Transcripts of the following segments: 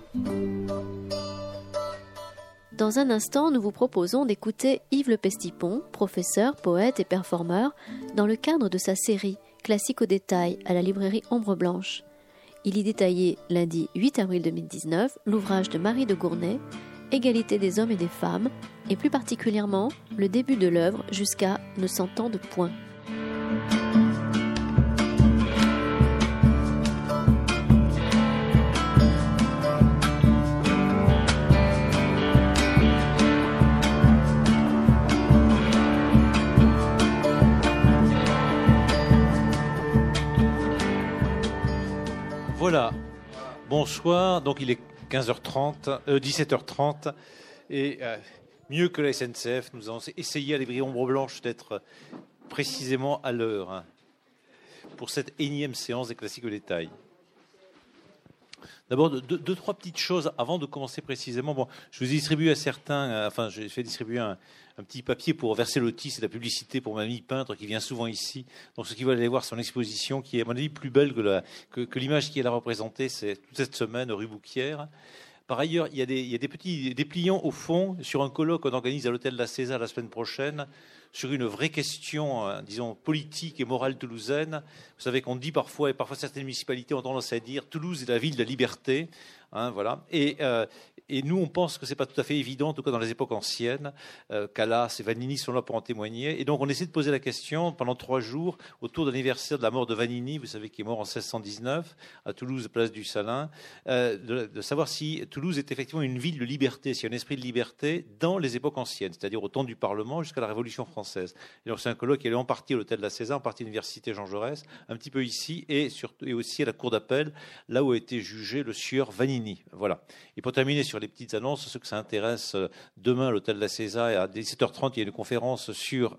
Dans un instant, nous vous proposons d'écouter Yves Le Pestipon, professeur, poète et performeur, dans le cadre de sa série Classique au détail à la librairie Ombre Blanche. Il y détaillait lundi 8 avril 2019 l'ouvrage de Marie de Gournay, Égalité des hommes et des femmes, et plus particulièrement le début de l'œuvre jusqu'à Ne s'entend de point. Voilà, bonsoir, donc il est 17h30, et mieux que la SNCF, nous avons essayé à librairie Ombre Blanche d'être précisément à l'heure pour cette énième séance des classiques au détail. D'abord, deux, trois petites choses avant de commencer précisément. Bon, je vous ai distribué à certains, j'ai fait distribuer un petit papier pour verser l'autis, c'est de la publicité pour ma amie peintre qui vient souvent ici. Donc, ceux qui veulent aller voir son exposition, qui est, à mon avis, plus belle que l'image qui est là représentée, c'est toute cette semaine, rue Bouquière. Par ailleurs, il y a des petits dépliants au fond sur un colloque qu'on organise à l'hôtel de la César la semaine prochaine sur une vraie question, disons, politique et morale toulousaine. Vous savez qu'on dit parfois, et parfois certaines municipalités ont tendance à dire Toulouse est la ville de la liberté. Voilà. Et nous, on pense que c'est pas tout à fait évident, en tout cas dans les époques anciennes. Calas et Vanini sont là pour en témoigner. Et donc, on essaie de poser la question pendant 3 jours autour de l'anniversaire de la mort de Vanini, vous savez, qui est mort en 1619 à Toulouse, place du Salin, de savoir si Toulouse est effectivement une ville de liberté, s'il y a un esprit de liberté dans les époques anciennes, c'est-à-dire au temps du Parlement jusqu'à la Révolution française. Et donc, c'est un colloque qui est en partie à l'hôtel de la César, en partie à l'université Jean Jaurès, un petit peu ici, et aussi à la cour d'appel, là où a été jugé le sieur Vanini. Voilà. Et pour terminer sur les petites annonces, ceux que ça intéresse, demain à l'hôtel de la César, à 17h30, il y a une conférence sur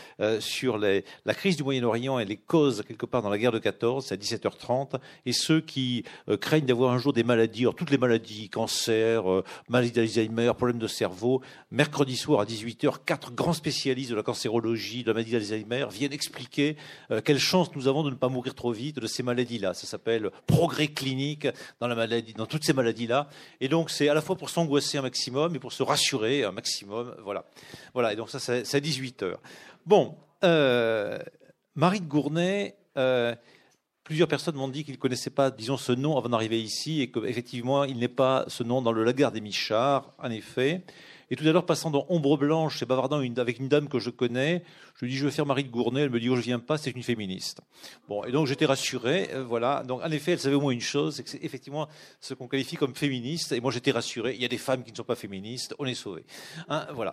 la crise du Moyen-Orient et les causes quelque part dans la guerre de 14, c'est à 17h30. Et ceux qui craignent d'avoir un jour des maladies, alors toutes les maladies, cancer, maladie d'Alzheimer, problèmes de cerveau, mercredi soir à 18h, 4 grands spécialistes de la cancérologie, de la maladie d'Alzheimer viennent expliquer quelle chance nous avons de ne pas mourir trop vite de ces maladies-là. Ça s'appelle progrès clinique dans toutes ces maladies-là. Et donc, c'est à la fois pour s'angoisser un maximum et pour se rassurer un maximum. Voilà. Et donc, ça, c'est à 18h. Bon, Marie de Gournay, plusieurs personnes m'ont dit qu'ils ne connaissaient pas, disons, ce nom avant d'arriver ici et qu'effectivement, il n'est pas ce nom dans le Lagarde des Michards, en effet. Et tout à l'heure, passant dans Ombre Blanche et bavardant avec une dame que je connais, je lui dis, je veux faire Marie de Gournay. Elle me dit, oh, je viens pas, c'est une féministe. Bon, et donc j'étais rassuré, voilà. Donc, en effet, elle savait au moins une chose, c'est que c'est effectivement ce qu'on qualifie comme féministe. Et moi, j'étais rassuré. Il y a des femmes qui ne sont pas féministes, on est sauvés. Voilà.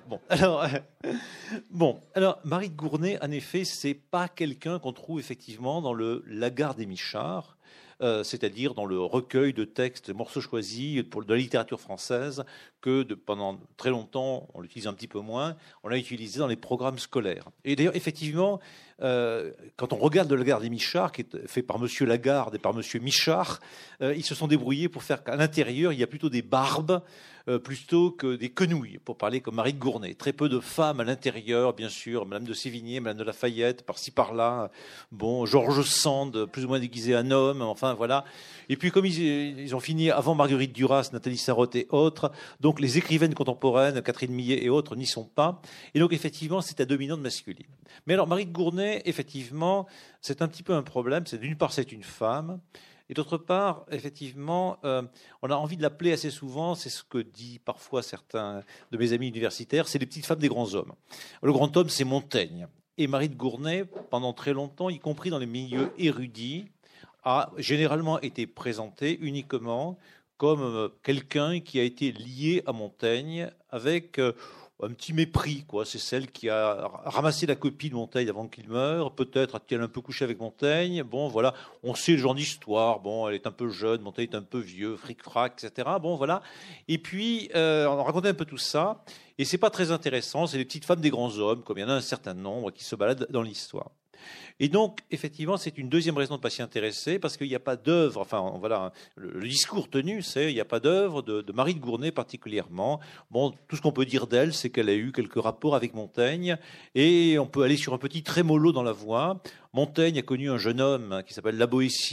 Bon, alors, Marie de Gournay, en effet, c'est pas quelqu'un qu'on trouve effectivement dans le Lagarde des Michards. C'est-à-dire dans le recueil de textes, morceaux choisis de la littérature française, que pendant très longtemps, on l'utilise un petit peu moins, on l'a utilisé dans les programmes scolaires. Et d'ailleurs, effectivement, quand on regarde le Lagarde des Michards, qui est fait par Monsieur Lagarde et par Monsieur Michard, ils se sont débrouillés pour faire qu'à l'intérieur, il y a plutôt des barbes, plutôt que des quenouilles, pour parler comme Marie de Gournay. Très peu de femmes à l'intérieur, bien sûr, Madame de Sévigné, Madame de Lafayette, par-ci par-là, bon, Georges Sand, plus ou moins déguisé en homme, enfin voilà. Et puis comme ils ont fini avant Marguerite Duras, Nathalie Sarraute et autres, donc les écrivaines contemporaines, Catherine Millet et autres, n'y sont pas. Et donc effectivement, c'est à dominante masculine. Mais alors Marie de Gournay, effectivement, c'est un petit peu un problème. C'est d'une part, c'est une femme. Et d'autre part, effectivement, on a envie de l'appeler assez souvent, c'est ce que dit parfois certains de mes amis universitaires, c'est les petites femmes des grands hommes. Le grand homme, c'est Montaigne. Et Marie de Gournay, pendant très longtemps, y compris dans les milieux érudits, a généralement été présentée uniquement comme quelqu'un qui a été lié à Montaigne avec un petit mépris, quoi. C'est celle qui a ramassé la copie de Montaigne avant qu'il meure. Peut-être a-t-elle un peu couché avec Montaigne. Bon, voilà. On sait le genre d'histoire. Bon, elle est un peu jeune, Montaigne est un peu vieux, fric-frac, etc. Bon, voilà. Et puis, on racontait un peu tout ça. Et c'est pas très intéressant. C'est les petites femmes des grands hommes, comme il y en a un certain nombre qui se baladent dans l'histoire. Et donc, effectivement, c'est une deuxième raison de ne pas s'y intéresser, parce qu'il n'y a pas d'œuvre, enfin, voilà, le discours tenu, c'est il n'y a pas d'œuvre de Marie de Gournay particulièrement. Bon, tout ce qu'on peut dire d'elle, c'est qu'elle a eu quelques rapports avec Montaigne, et on peut aller sur un petit trémolo dans la voix. Montaigne a connu un jeune homme qui s'appelle La Boétie,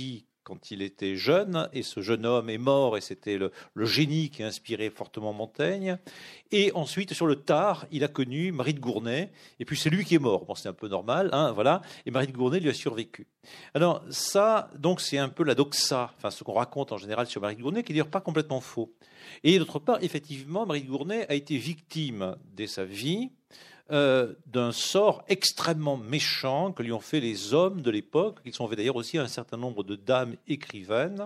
quand il était jeune, et ce jeune homme est mort, et c'était le génie qui a inspiré fortement Montaigne. Et ensuite, sur le tard, il a connu Marie de Gournay, et puis c'est lui qui est mort. Bon, c'est un peu normal, hein, voilà. Et Marie de Gournay lui a survécu. Alors ça, donc, c'est un peu la doxa, enfin ce qu'on raconte en général sur Marie de Gournay, qui est d'ailleurs pas complètement faux. Et d'autre part, effectivement, Marie de Gournay a été victime dès sa vie d'un sort extrêmement méchant que lui ont fait les hommes de l'époque, qui sont fait d'ailleurs aussi un certain nombre de dames écrivaines.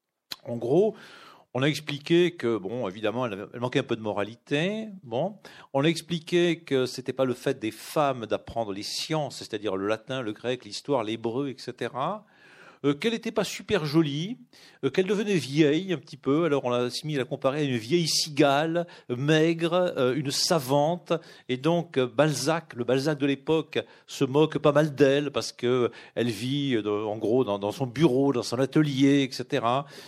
En gros, on a expliqué que, bon, évidemment, elle manquait un peu de moralité. Bon, on a expliqué que c'était pas le fait des femmes d'apprendre les sciences, c'est-à-dire le latin, le grec, l'histoire, l'hébreu, etc., qu'elle n'était pas super jolie, qu'elle devenait vieille un petit peu. Alors on l'a mis à la comparer à une vieille cigale, maigre, une savante. Et donc Balzac, le Balzac de l'époque, se moque pas mal d'elle parce qu'elle vit en gros dans son bureau, dans son atelier, etc.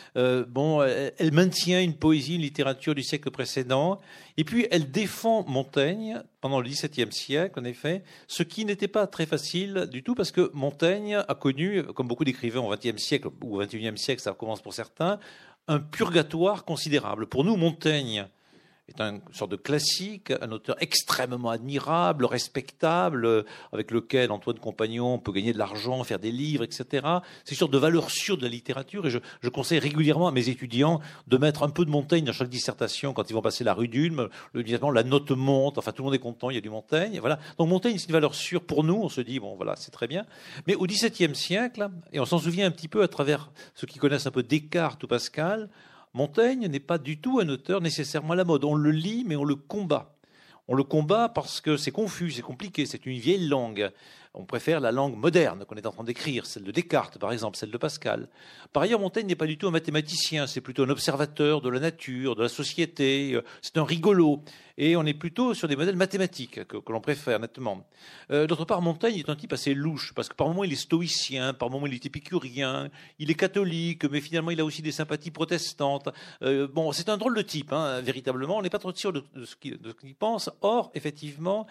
Bon, elle maintient une poésie, une littérature du siècle précédent. Et puis elle défend Montaigne pendant le XVIIe siècle, en effet, ce qui n'était pas très facile du tout parce que Montaigne a connu, comme beaucoup d'écrivains au XXe siècle ou au XXIe siècle, ça commence pour certains, un purgatoire considérable. Pour nous, Montaigne est une sorte de classique, un auteur extrêmement admirable, respectable, avec lequel Antoine Compagnon peut gagner de l'argent, faire des livres, etc. C'est une sorte de valeur sûre de la littérature, et je conseille régulièrement à mes étudiants de mettre un peu de Montaigne dans chaque dissertation quand ils vont passer la rue d'Ulm. La note monte, enfin tout le monde est content, il y a du Montaigne. Voilà. Donc Montaigne, c'est une valeur sûre pour nous, on se dit, bon voilà, c'est très bien. Mais au XVIIe siècle, et on s'en souvient un petit peu à travers ceux qui connaissent un peu Descartes ou Pascal, Montaigne n'est pas du tout un auteur nécessairement à la mode. On le lit, mais on le combat. On le combat parce que c'est confus, c'est compliqué, c'est une vieille langue. On préfère la langue moderne qu'on est en train d'écrire, celle de Descartes, par exemple, celle de Pascal. Par ailleurs, Montaigne n'est pas du tout un mathématicien, c'est plutôt un observateur de la nature, de la société, c'est un rigolo. Et on est plutôt sur des modèles mathématiques que l'on préfère, nettement. D'autre part, Montaigne est un type assez louche, parce que par moments il est stoïcien, par moments il est épicurien, il est catholique, mais finalement il a aussi des sympathies protestantes. Bon, c'est un drôle de type, hein, véritablement, on n'est pas trop sûr de ce qu'il pense. Or, effectivement,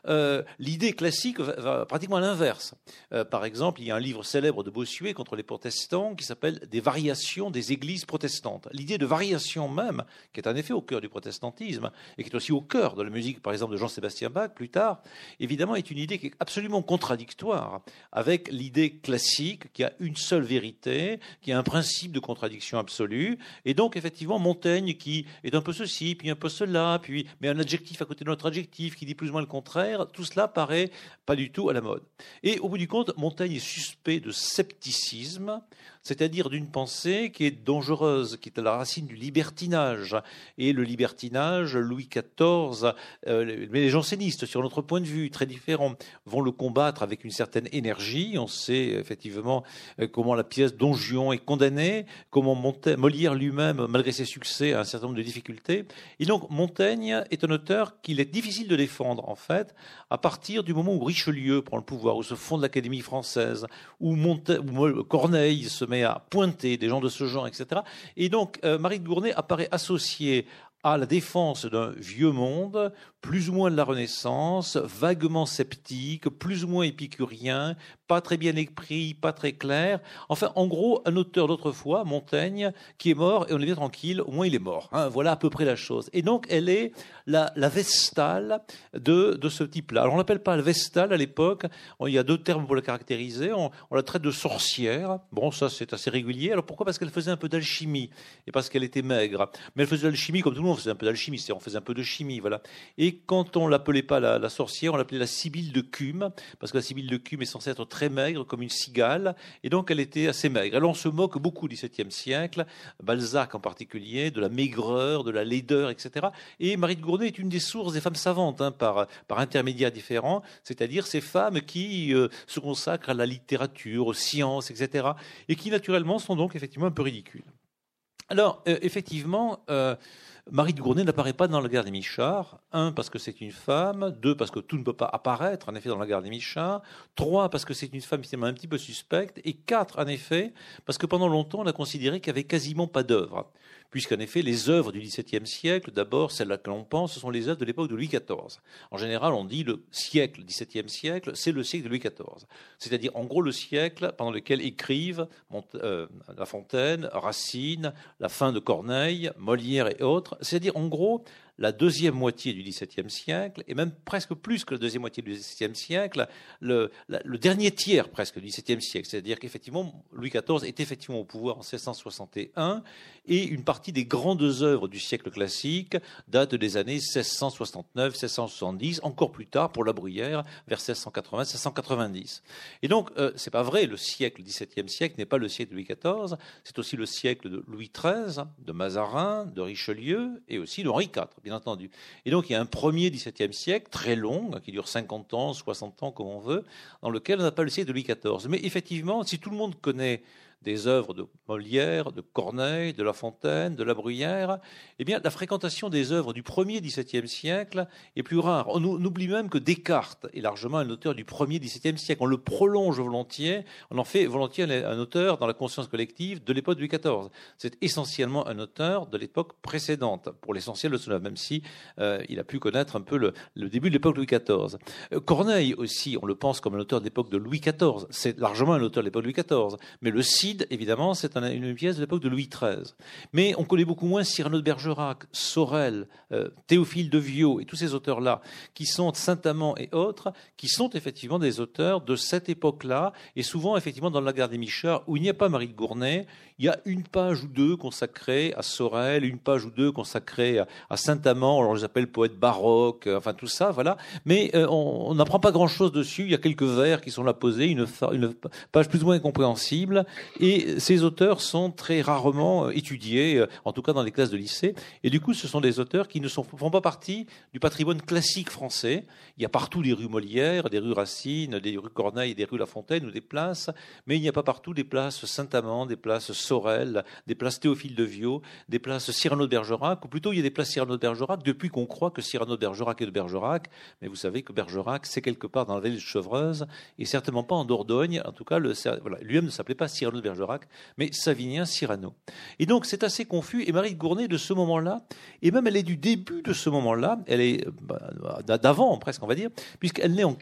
l'idée classique va pratiquement à l'inverse. Par exemple, il y a un livre célèbre de Bossuet contre les protestants qui s'appelle « Des variations des églises protestantes ». L'idée de variation même, qui est en effet au cœur du protestantisme, et qui est aussi au cœur de la musique, par exemple, de Jean-Sébastien Bach, plus tard, évidemment, est une idée qui est absolument contradictoire avec l'idée classique qui a une seule vérité, qui a un principe de contradiction absolue. Et donc, effectivement, Montaigne, qui est un peu ceci, puis un peu cela, puis met un adjectif à côté de notre adjectif, qui dit plus ou moins le contraire, tout cela paraît pas du tout à la mode. Et au bout du compte, Montaigne est suspect de scepticisme, c'est-à-dire d'une pensée qui est dangereuse, qui est à la racine du libertinage. Et le libertinage, Louis XIV, mais les jansénistes, sur notre point de vue très différent, vont le combattre avec une certaine énergie. On sait effectivement comment la pièce Don Juan est condamnée, comment Molière lui-même, malgré ses succès, a un certain nombre de difficultés. Et donc Montaigne est un auteur qu'il est difficile de défendre, en fait, à partir du moment où Richelieu prend le pouvoir, où se fonde l'Académie française, où Corneille se met à pointer des gens de ce genre, etc. Et donc, Marie de Gournay apparaît associée à la défense d'un vieux monde, plus ou moins de la Renaissance, vaguement sceptique, plus ou moins épicurien, pas très bien écrit, pas très clair. Enfin, en gros, un auteur d'autrefois, Montaigne, qui est mort, et on est bien tranquille, au moins il est mort. Hein, voilà à peu près la chose. Et donc, elle est la Vestale de ce type-là. Alors, on l'appelle pas la Vestale à l'époque. Il y a deux termes pour la caractériser. On la traite de sorcière. Bon, ça, c'est assez régulier. Alors, pourquoi ? Parce qu'elle faisait un peu d'alchimie et parce qu'elle était maigre. Mais elle faisait de l'alchimie comme tout le monde. On faisait un peu d'alchimie, c'est-à-dire on faisait un peu de chimie, voilà. Et quand on l'appelait pas la sorcière, on l'appelait la Sibylle de Cumes, parce que la Sibylle de Cumes est censée être très maigre, comme une cigale, et donc elle était assez maigre. Alors on se moque beaucoup au XVIIe siècle, Balzac en particulier, de la maigreur, de la laideur, etc. Et Marie de Gournay est une des sources des femmes savantes, hein, par intermédiaires différents, c'est-à-dire ces femmes qui se consacrent à la littérature, aux sciences, etc., et qui naturellement sont donc effectivement un peu ridicules. Alors, effectivement, Marie de Gournay n'apparaît pas dans la guerre des Michards. 1, parce que c'est une femme. 2, parce que tout ne peut pas apparaître, en effet, dans la guerre des Michards. 3, parce que c'est une femme finalement un petit peu suspecte. Et 4, en effet, parce que pendant longtemps, on a considéré qu'il n'y avait quasiment pas d'œuvre. puisqu'en effet, les œuvres du XVIIe siècle, d'abord, celles à laquelle on pense, ce sont les œuvres de l'époque de Louis XIV. En général, on dit le siècle, le XVIIe siècle, c'est le siècle de Louis XIV. C'est-à-dire, en gros, le siècle pendant lequel écrivent La Fontaine, Racine, la fin de Corneille, Molière et autres. C'est-à-dire, en gros, la deuxième moitié du XVIIe siècle, et même presque plus que la deuxième moitié du XVIIe siècle, le dernier tiers presque du XVIIe siècle. C'est-à-dire qu'effectivement, Louis XIV est effectivement au pouvoir en 1661, et une partie des grandes œuvres du siècle classique datent des années 1669, 1670, encore plus tard pour La Bruyère, vers 1680, 1690. Et donc, c'est pas vrai, le siècle, le XVIIe siècle n'est pas le siècle de Louis XIV, c'est aussi le siècle de Louis XIII, de Mazarin, de Richelieu, et aussi d'Henri IV, bien entendu. Et donc, il y a un premier XVIIe siècle, très long, qui dure 50 ans, 60 ans, comme on veut, dans lequel on n'a pas le siècle de Louis XIV. Mais effectivement, si tout le monde connaît des œuvres de Molière, de Corneille, de La Fontaine, de La Bruyère, eh bien, la fréquentation des œuvres du premier XVIIe siècle est plus rare. On oublie même que Descartes est largement un auteur du premier XVIIe siècle. On le prolonge volontiers, on en fait volontiers un auteur dans la conscience collective de l'époque de Louis XIV. C'est essentiellement un auteur de l'époque précédente, pour l'essentiel de cela, même si il a pu connaître un peu le début de l'époque de Louis XIV. Corneille aussi, on le pense comme un auteur de l'époque de Louis XIV. C'est largement un auteur de l'époque de Louis XIV. Mais le Cid, évidemment, c'est une pièce de l'époque de Louis XIII. Mais on connaît beaucoup moins Cyrano de Bergerac, Sorel, Théophile de Viau et tous ces auteurs-là, qui sont Saint-Amand et autres, qui sont effectivement des auteurs de cette époque-là, et souvent effectivement dans La Gare des Michards, où il n'y a pas Marie de Gournay, il y a une page ou deux consacrée à Sorel, une page ou deux consacrée à Saint-Amand, on les appelle poètes baroques, enfin tout ça, voilà. Mais on n'apprend pas grand-chose dessus, il y a quelques vers qui sont là posés, une page plus ou moins incompréhensible, et ces auteurs sont très rarement étudiés, en tout cas dans les classes de lycée, et du coup ce sont des auteurs qui ne font pas partie du patrimoine classique français. Il y a partout des rues Molière, des rues Racine, des rues Corneille, des rues La Fontaine ou des places, mais il n'y a pas partout des places Saint-Amand, des places Sorel, des places Théophile de Viau, des places Cyrano de Bergerac, ou plutôt il y a des places Cyrano de Bergerac depuis qu'on croit que Cyrano de Bergerac est de Bergerac, mais vous savez que Bergerac c'est quelque part dans la vallée de Chevreuse, et certainement pas en Dordogne, en tout cas voilà, lui-même ne s'appelait pas Cyrano de Bergerac, mais Savinien Cyrano. Et donc c'est assez confus, et Marie de Gournay de ce moment-là, et même elle est du début de ce moment-là, elle est d'avant presque on va dire, puisqu'elle naît en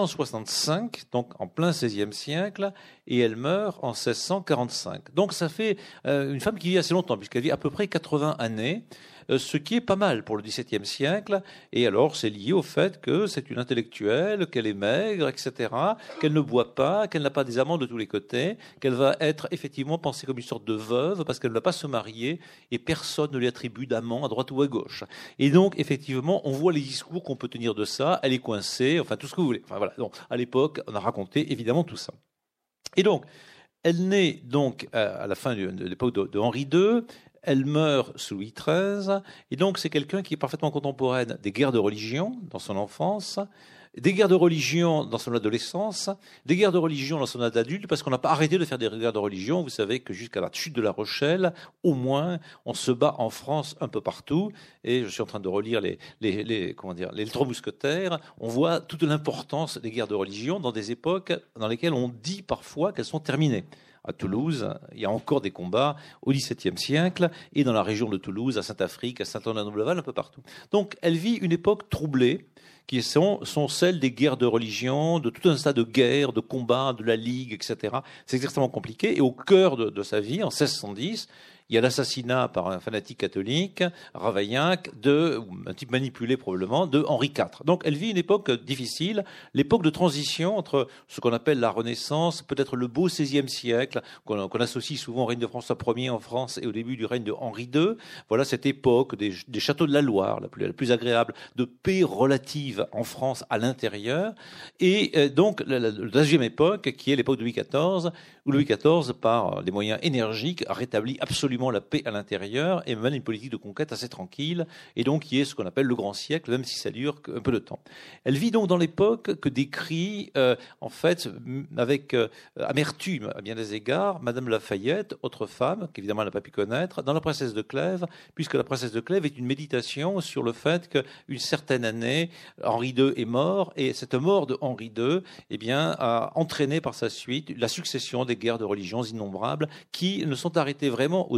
1565, donc en plein XVIe siècle, et elle meurt en 1645. Donc ça fait une femme qui vit assez longtemps, puisqu'elle vit à peu près 80 années, ce qui est pas mal pour le XVIIe siècle. Et alors c'est lié au fait que c'est une intellectuelle, qu'elle est maigre, etc., qu'elle ne boit pas, qu'elle n'a pas des amants de tous les côtés, qu'elle va être effectivement pensée comme une sorte de veuve, parce qu'elle ne va pas se marier, et personne ne lui attribue d'amant à droite ou à gauche. Et donc effectivement, on voit les discours qu'on peut tenir de ça, elle est coincée, enfin tout ce que vous voulez. Enfin voilà, donc à l'époque, on a raconté évidemment tout ça. Et donc, elle naît donc à la fin de l'époque de Henri II, elle meurt sous Louis XIII, et donc c'est quelqu'un qui est parfaitement contemporaine des guerres de religion dans son enfance, des guerres de religion dans son adolescence, des guerres de religion dans son âge adulte, parce qu'on n'a pas arrêté de faire des guerres de religion. Vous savez que jusqu'à la chute de La Rochelle, au moins, on se bat en France un peu partout, et je suis en train de relire les Trois Mousquetaires, on voit toute l'importance des guerres de religion dans des époques dans lesquelles on dit parfois qu'elles sont terminées. À Toulouse, il y a encore des combats au XVIIe siècle, et dans la région de Toulouse, à Saint-Affrique, à Saint-Antoine-la-Noble-Val, un peu partout. Donc, elle vit une époque troublée, qui sont celles des guerres de religion, de tout un tas de guerres, de combats, de la Ligue, etc. C'est extrêmement compliqué, et au cœur de sa vie, en 1610, il y a l'assassinat par un fanatique catholique, Ravaillac, un type manipulé probablement, de Henri IV. Donc elle vit une époque difficile, l'époque de transition entre ce qu'on appelle la Renaissance, peut-être le beau XVIe siècle, qu'on associe souvent au règne de François Ier en France et au début du règne de Henri II. Voilà cette époque des châteaux de la Loire, la plus agréable, de paix relative en France à l'intérieur. Et donc la deuxième époque, qui est l'époque de Louis XIV, où Louis XIV, par des moyens énergiques, a rétabli absolument la paix à l'intérieur et mène une politique de conquête assez tranquille, et donc qui est ce qu'on appelle le grand siècle, même si ça dure un peu de temps. Elle vit donc dans l'époque que décrit, en fait, avec amertume à bien des égards, Madame Lafayette, autre femme, qu'évidemment elle n'a pas pu connaître, dans La Princesse de Clèves, puisque La Princesse de Clèves est une méditation sur le fait qu'une certaine année, Henri II est mort, et cette mort de Henri II, eh bien, a entraîné par sa suite la succession des guerres de religions innombrables qui ne sont arrêtées vraiment aux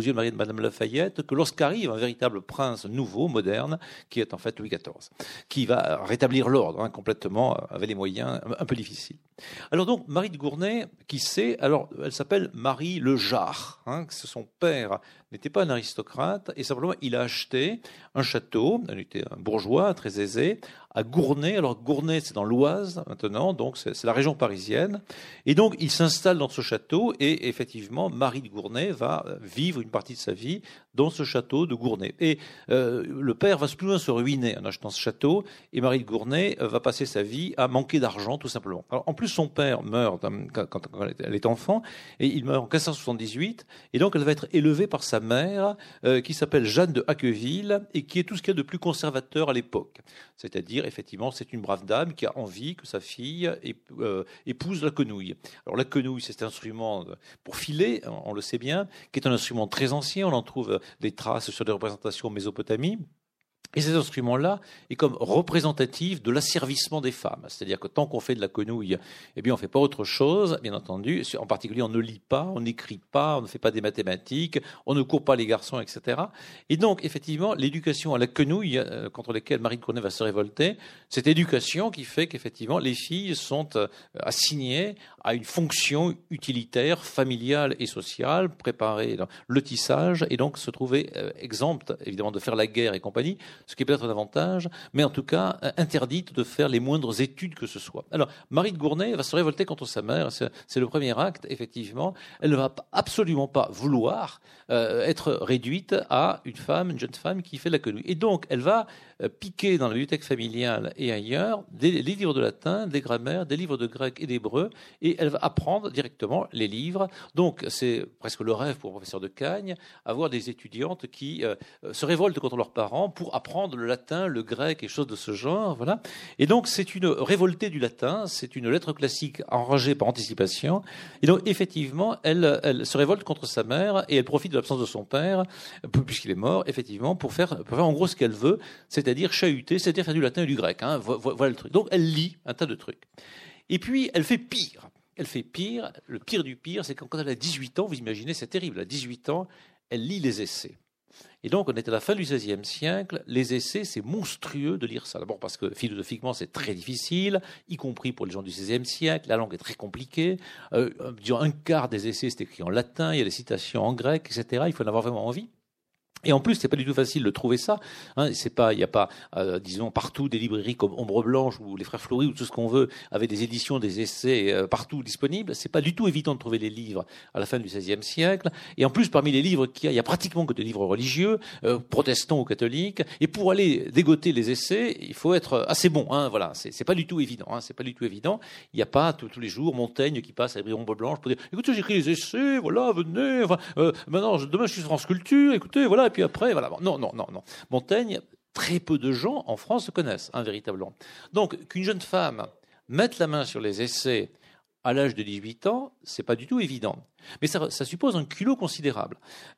yeux de Madame Lafayette que lorsqu'arrive un véritable prince nouveau, moderne, qui est en fait Louis XIV, qui va rétablir l'ordre complètement avec les moyens un peu difficiles. Alors donc, Marie de Gournay, qui sait, alors elle s'appelle Marie le Jard, son père n'était pas un aristocrate, et simplement il a acheté un château, il était un bourgeois très aisé, à Gournay. Alors Gournay, c'est dans l'Oise maintenant, donc c'est la région parisienne. Et donc il s'installe dans ce château, et effectivement, Marie de Gournay va vivre une partie de sa vie dans ce château de Gournay. Et le père va plus ou moins se ruiner en achetant ce château, et Marie de Gournay va passer sa vie à manquer d'argent, tout simplement. Alors, en plus, son père meurt quand elle est enfant, et il meurt en 1578, et donc elle va être élevée par sa mère, qui s'appelle Jeanne de Hacqueville, et qui est tout ce qu'il y a de plus conservateur à l'époque. C'est-à-dire, effectivement, c'est une brave dame qui a envie que sa fille épouse la quenouille. Alors la quenouille, c'est cet instrument pour filer, on le sait bien, qui est un instrument très ancien, on en trouve des traces sur des représentations en Mésopotamie. Et cet instrument-là est comme représentatif de l'asservissement des femmes. C'est-à-dire que tant qu'on fait de la quenouille, eh bien, on ne fait pas autre chose, bien entendu. En particulier, on ne lit pas, on n'écrit pas, on ne fait pas des mathématiques, on ne court pas les garçons, etc. Et donc, effectivement, l'éducation à la quenouille, contre laquelle Marie de Gournay va se révolter, cette éducation qui fait qu'effectivement, les filles sont assignées à une fonction utilitaire, familiale et sociale, préparer le tissage, et donc se trouver exempte, évidemment, de faire la guerre et compagnie, ce qui est peut-être un avantage, mais en tout cas interdite de faire les moindres études que ce soit. Alors, Marie de Gournay va se révolter contre sa mère, c'est le premier acte, effectivement. Elle ne va absolument pas vouloir être réduite à une jeune femme qui fait de la quenouille. Et donc, elle va piquer dans la bibliothèque familiale et ailleurs les livres de latin, des grammaires, des livres de grec et d'hébreu, et elle va apprendre directement les livres. Donc, c'est presque le rêve pour le professeur de Cagnes, avoir des étudiantes qui se révoltent contre leurs parents pour apprendre le latin, le grec et choses de ce genre. Voilà. Et donc, c'est une révoltée du latin, c'est une lettre classique enragée par anticipation. Et donc, effectivement, elle se révolte contre sa mère et elle profite de l'absence de son père, puisqu'il est mort, effectivement, pour faire en gros ce qu'elle veut, c'est-à-dire chahuter, c'est-à-dire faire du latin et du grec. Voilà le truc. Donc, elle lit un tas de trucs. Et puis, elle fait pire. Elle fait pire. Le pire du pire, c'est que quand elle a 18 ans, vous imaginez, c'est terrible, à 18 ans, elle lit les essais. Et donc, on est à la fin du XVIe siècle. Les essais, c'est monstrueux de lire ça. D'abord parce que philosophiquement, c'est très difficile, y compris pour les gens du XVIe siècle. La langue est très compliquée. Disons, un quart des essais, c'est écrit en latin. Il y a des citations en grec, etc. Il faut en avoir vraiment envie. Et en plus, c'est pas du tout facile de trouver ça. Il n'y a pas, disons, partout des librairies comme Ombre Blanche ou les Frères Fleury ou tout ce qu'on veut, avec des éditions, des essais partout disponibles. C'est pas du tout évident de trouver les livres à la fin du XVIe siècle. Et en plus, parmi les livres qu'il y a, il y a pratiquement que des livres religieux, protestants ou catholiques. Et pour aller dégoter les essais, il faut être assez bon. Voilà, c'est pas du tout évident. C'est pas du tout évident. Il n'y a pas tous les jours Montaigne qui passe à la librairie Ombre Blanche pour dire, écoutez, j'écris les essais, voilà, venez. Enfin, maintenant, demain, je suis sur France Culture. Écoutez, voilà. Puis après, voilà. Non. Montaigne, très peu de gens en France le connaissent, véritablement. Donc, qu'une jeune femme mette la main sur les essais à l'âge de 18 ans, c'est pas du tout évident. Mais ça suppose un culot considérable.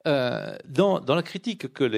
Dans la critique que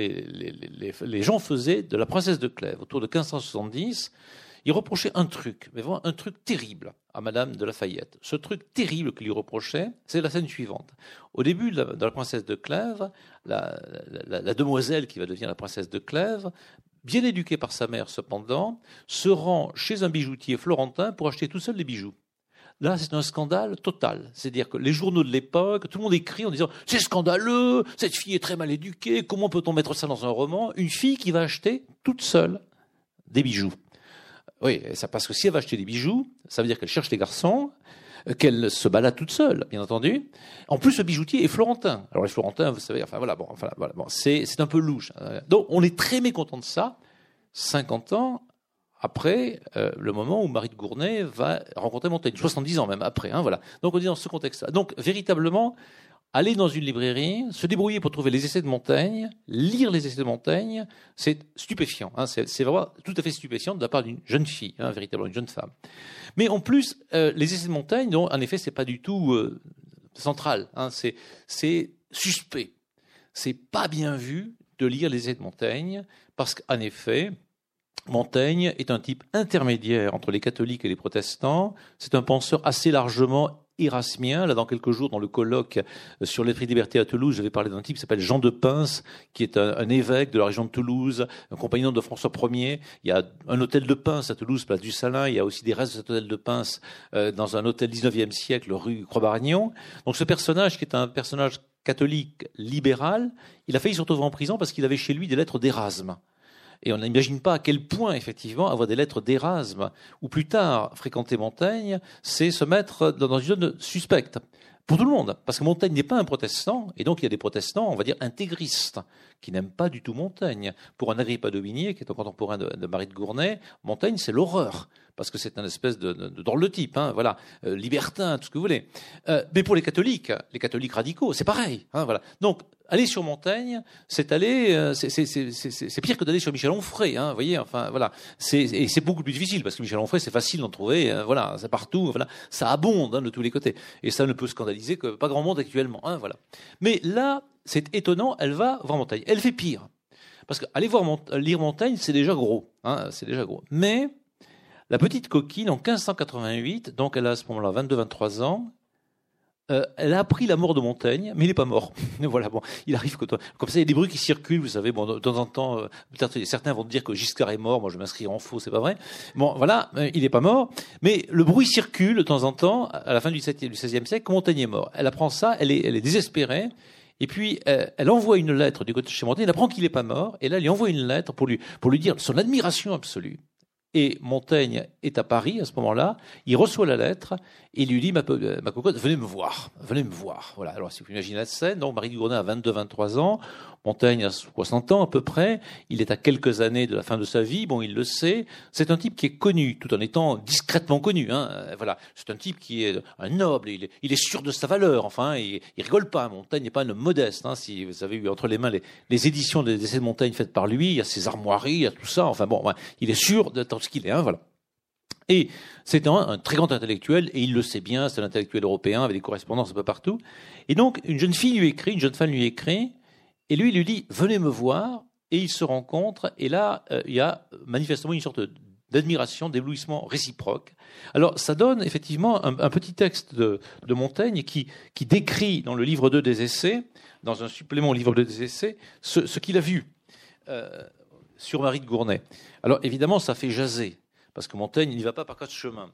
les gens faisaient de la princesse de Clèves autour de 1570, ils reprochaient un truc, mais vraiment un truc terrible à Madame de Lafayette. Ce truc terrible qu'ils lui reprochaient, c'est la scène suivante. Au début de la princesse de Clèves, la demoiselle qui va devenir la princesse de Clèves, bien éduquée par sa mère cependant, se rend chez un bijoutier florentin pour acheter tout seul les bijoux. Là, c'est un scandale total. C'est-à-dire que les journaux de l'époque, tout le monde écrit en disant « C'est scandaleux, cette fille est très mal éduquée, comment peut-on mettre ça dans un roman ?» Une fille qui va acheter toute seule des bijoux. Oui, ça, parce que si elle va acheter des bijoux, ça veut dire qu'elle cherche les garçons, qu'elle se balade toute seule, bien entendu. En plus, le bijoutier est florentin. Alors les Florentins, vous savez, c'est un peu louche. Donc, on est très mécontent de ça. 50 ans après le moment où Marie de Gournay va rencontrer Montaigne, 70 ans même après. Voilà. Donc, on est dans ce contexte-là. Donc, véritablement, aller dans une librairie, se débrouiller pour trouver les essais de Montaigne, lire les essais de Montaigne, c'est stupéfiant. C'est vraiment tout à fait stupéfiant de la part d'une jeune fille, véritablement une jeune femme. Mais en plus, les essais de Montaigne, donc, en effet, c'est pas du tout central. C'est suspect. C'est pas bien vu de lire les essais de Montaigne, parce qu'en effet, Montaigne est un type intermédiaire entre les catholiques et les protestants. C'est un penseur assez largement érasmien. Là, dans quelques jours, dans le colloque sur l'esprit de liberté à Toulouse, je vais parler d'un type qui s'appelle Jean de Pince, qui est un évêque de la région de Toulouse, un compagnon de François Ier. Il y a un hôtel de Pince à Toulouse, place du Salin. Il y a aussi des restes de cet hôtel de Pince dans un hôtel 19e siècle, rue Croix-Barignon. Donc ce personnage, qui est un personnage catholique libéral, il a failli se retrouver en prison parce qu'il avait chez lui des lettres d'Érasme. Et on n'imagine pas à quel point, effectivement, avoir des lettres d'Érasme, ou plus tard fréquenter Montaigne, c'est se mettre dans une zone suspecte. Pour tout le monde, parce que Montaigne n'est pas un protestant, et donc il y a des protestants, on va dire, intégristes, qui n'aiment pas du tout Montaigne. Pour un Agrippa d'Aubigné, qui est un contemporain de Marie de Gournay, Montaigne, c'est l'horreur, parce que c'est un espèce de drôle de type, hein, voilà, libertin, tout ce que vous voulez. Mais pour les catholiques radicaux, c'est pareil, hein, voilà. Donc, aller sur Montaigne, c'est aller, c'est pire que d'aller sur Michel Onfray, hein, vous voyez, enfin, voilà. Et c'est beaucoup plus difficile, parce que Michel Onfray, c'est facile d'en trouver, voilà, c'est partout, voilà. Ça abonde, hein, de tous les côtés. Et ça ne peut scandaliser que pas grand monde actuellement, hein, voilà. Mais là, c'est étonnant, elle va voir Montaigne. Elle fait pire. Parce qu'aller lire Montaigne, c'est déjà gros, hein, c'est déjà gros. Mais, la petite coquine, en 1588, donc elle a à ce moment-là 22-23 ans, elle a appris la mort de Montaigne, mais il n'est pas mort. Voilà, bon, il arrive que comme ça, il y a des bruits qui circulent, vous savez, bon, de temps en temps, peut-être certains vont dire que Giscard est mort, moi je vais m'inscrire en faux, c'est pas vrai. Bon, voilà, il n'est pas mort, mais le bruit circule de temps en temps, à la fin du XVIe siècle, que Montaigne est mort. Elle apprend ça, elle est désespérée, et puis elle envoie une lettre du côté de chez Montaigne, elle apprend qu'il n'est pas mort, et là, elle lui envoie une lettre pour lui dire son admiration absolue. Et Montaigne est à Paris à ce moment-là, il reçoit la lettre et il lui dit ma cocotte, venez me voir. Voilà. Alors si vous imaginez la scène, donc Marie de Gournay a 22-23 ans, Montaigne a 60 ans à peu près, il est à quelques années de la fin de sa vie, bon il le sait, c'est un type qui est connu, tout en étant discrètement connu, hein, voilà. C'est un type qui est un noble, il est sûr de sa valeur, enfin, il rigole pas, Montaigne n'est pas un homme modeste, hein, si vous avez eu entre les mains les éditions des essais de Montaigne faites par lui, il y a ses armoiries, il y a tout ça, enfin bon, il est sûr de ce qu'il est, hein, voilà. Et c'est un très grand intellectuel, et il le sait bien, c'est un intellectuel européen avec des correspondances un peu partout. Et donc, une jeune femme lui écrit, et lui, il lui dit, venez me voir, et ils se rencontrent, et là, il y a manifestement une sorte d'admiration, d'éblouissement réciproque. Alors, ça donne effectivement un petit texte de Montaigne qui décrit dans le livre 2 des essais, dans un supplément au livre 2 des essais, ce qu'il a vu sur Marie de Gournay. Alors, évidemment, ça fait jaser, parce que Montaigne n'y va pas par quatre chemins.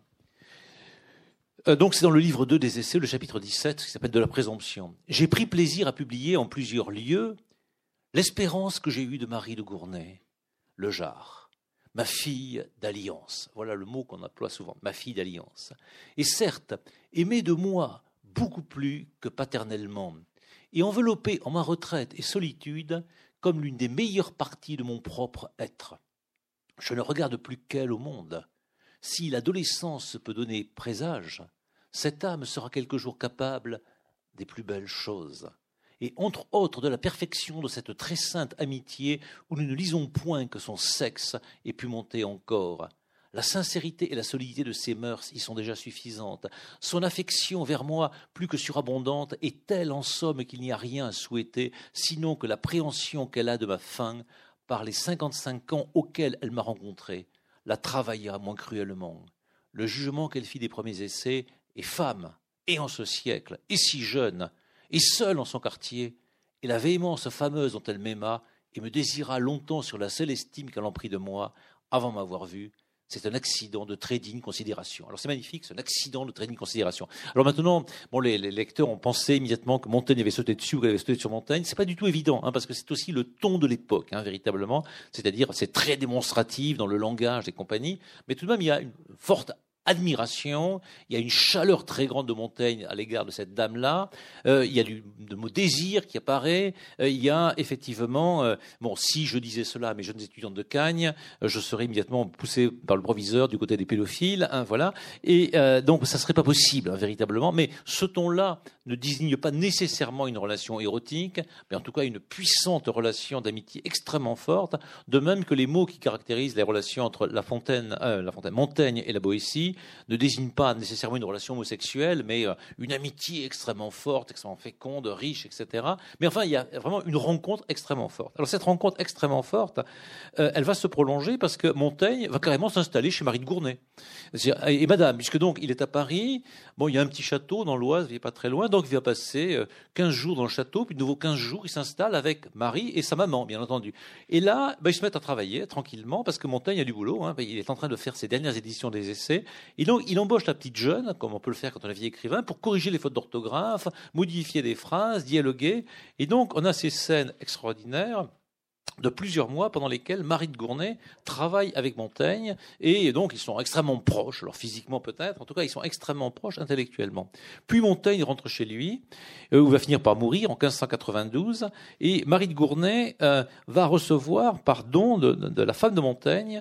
Donc c'est dans le livre 2 des essais, le chapitre 17, qui s'appelle « De la présomption ». J'ai pris plaisir à publier en plusieurs lieux l'espérance que j'ai eue de Marie de Gournay, le Jard, ma fille d'alliance. Voilà le mot qu'on emploie souvent, ma fille d'alliance. Et certes, aimée de moi beaucoup plus que paternellement, et enveloppée en ma retraite et solitude comme l'une des meilleures parties de mon propre être. Je ne regarde plus qu'elle au monde. Si l'adolescence peut donner présage, cette âme sera quelque jour capable des plus belles choses. Et entre autres de la perfection de cette très sainte amitié où nous ne lisons point que son sexe ait pu monter encore. La sincérité et la solidité de ses mœurs y sont déjà suffisantes. Son affection vers moi, plus que surabondante, est telle en somme qu'il n'y a rien à souhaiter, sinon que l'appréhension qu'elle a de ma fin, par les 55 ans auxquels elle m'a rencontré, la travailla moins cruellement. Le jugement qu'elle fit des premiers essais est femme, et en ce siècle, et si jeune, et seule en son quartier, et la véhémence fameuse dont elle m'aima, et me désira longtemps sur la seule estime qu'elle en prit de moi, avant m'avoir vu, c'est un accident de très digne considération. Alors c'est magnifique, c'est un accident de très digne considération. Alors maintenant, bon, les lecteurs ont pensé immédiatement que Montaigne avait sauté dessus ou qu'elle avait sauté sur Montaigne. C'est pas du tout évident, hein, parce que c'est aussi le ton de l'époque, hein, véritablement. C'est-à-dire, c'est très démonstratif dans le langage et compagnie, mais tout de même, il y a une forte admiration, il y a une chaleur très grande de Montaigne à l'égard de cette dame-là, il y a le mot désir qui apparaît, il y a effectivement, bon, si je disais cela à mes jeunes étudiantes de Cagnes, je serais immédiatement poussé par le proviseur du côté des pédophiles, hein, voilà, et donc ça serait pas possible, hein, véritablement, mais ce ton-là ne désigne pas nécessairement une relation érotique, mais en tout cas une puissante relation d'amitié extrêmement forte, de même que les mots qui caractérisent les relations entre Montaigne et la Boétie l'amitié ne désigne pas nécessairement une relation homosexuelle, mais une amitié extrêmement forte, extrêmement féconde, riche, etc. Mais enfin, il y a vraiment une rencontre extrêmement forte. Alors cette rencontre extrêmement forte, elle va se prolonger parce que Montaigne va carrément s'installer chez Marie de Gournay. Et madame, puisque donc il est à Paris, bon, il y a un petit château dans l'Oise, il n'est pas très loin, donc il va passer 15 jours dans le château, puis de nouveau 15 jours, il s'installe avec Marie et sa maman, bien entendu. Et là, ils se mettent à travailler tranquillement, parce que Montaigne a du boulot, hein, il est en train de faire ses dernières éditions des essais, et donc il embauche la petite jeune, comme on peut le faire quand on est vieil écrivain, pour corriger les fautes d'orthographe, modifier des phrases, dialoguer, et donc on a ces scènes extraordinaires de plusieurs mois pendant lesquels Marie de Gournay travaille avec Montaigne, et donc ils sont extrêmement proches, alors physiquement peut-être, en tout cas ils sont extrêmement proches intellectuellement. Puis Montaigne rentre chez lui, où il va finir par mourir en 1592, et Marie de Gournay va recevoir, par don de la femme de Montaigne,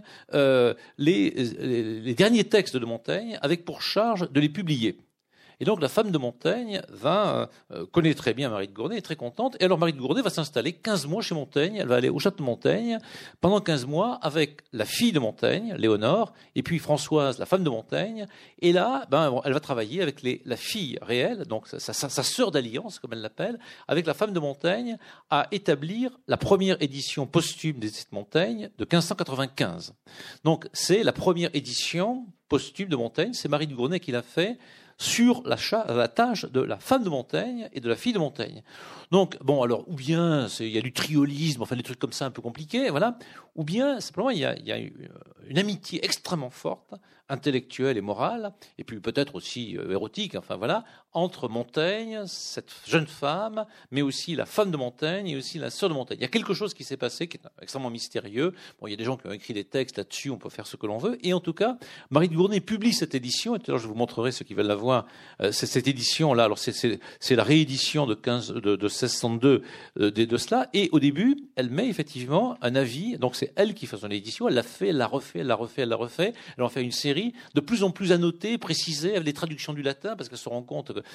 les derniers textes de Montaigne, avec pour charge de les publier. Et donc la femme de Montaigne connaît très bien Marie de Gournay, est très contente. Et alors Marie de Gournay va s'installer 15 mois chez Montaigne. Elle va aller au château de Montaigne pendant 15 mois avec la fille de Montaigne, Léonore, et puis Françoise, la femme de Montaigne. Et là, elle va travailler avec la fille réelle, donc sa sœur d'alliance, comme elle l'appelle, avec la femme de Montaigne, à établir la première édition posthume des essais de Montaigne de 1595. Donc c'est la première édition posthume de Montaigne, c'est Marie de Gournay qui l'a fait, sur la tâche de la femme de Montaigne et de la fille de Montaigne. Donc, bon, alors, ou bien il y a du triolisme, enfin des trucs comme ça un peu compliqués, voilà, ou bien simplement il y a une amitié extrêmement forte, intellectuelle et morale, et puis peut-être aussi érotique, enfin voilà, entre Montaigne, cette jeune femme, mais aussi la femme de Montaigne et aussi la sœur de Montaigne. Il y a quelque chose qui s'est passé qui est extrêmement mystérieux. Bon, il y a des gens qui ont écrit des textes là-dessus, on peut faire ce que l'on veut, et en tout cas, Marie de Gournay publie cette édition, et tout à l'heure je vous montrerai ceux qui veulent la voir, c'est cette édition-là, alors c'est la réédition de 1602 de cela, et au début, elle met effectivement un avis, donc c'est elle qui fait son édition, elle l'a fait, elle l'a refait, elle l'a refait, elle l'a refait, elle en fait une série de plus en plus annotée, précisée, avec des traductions du latin, parce qu'elle se rend compte que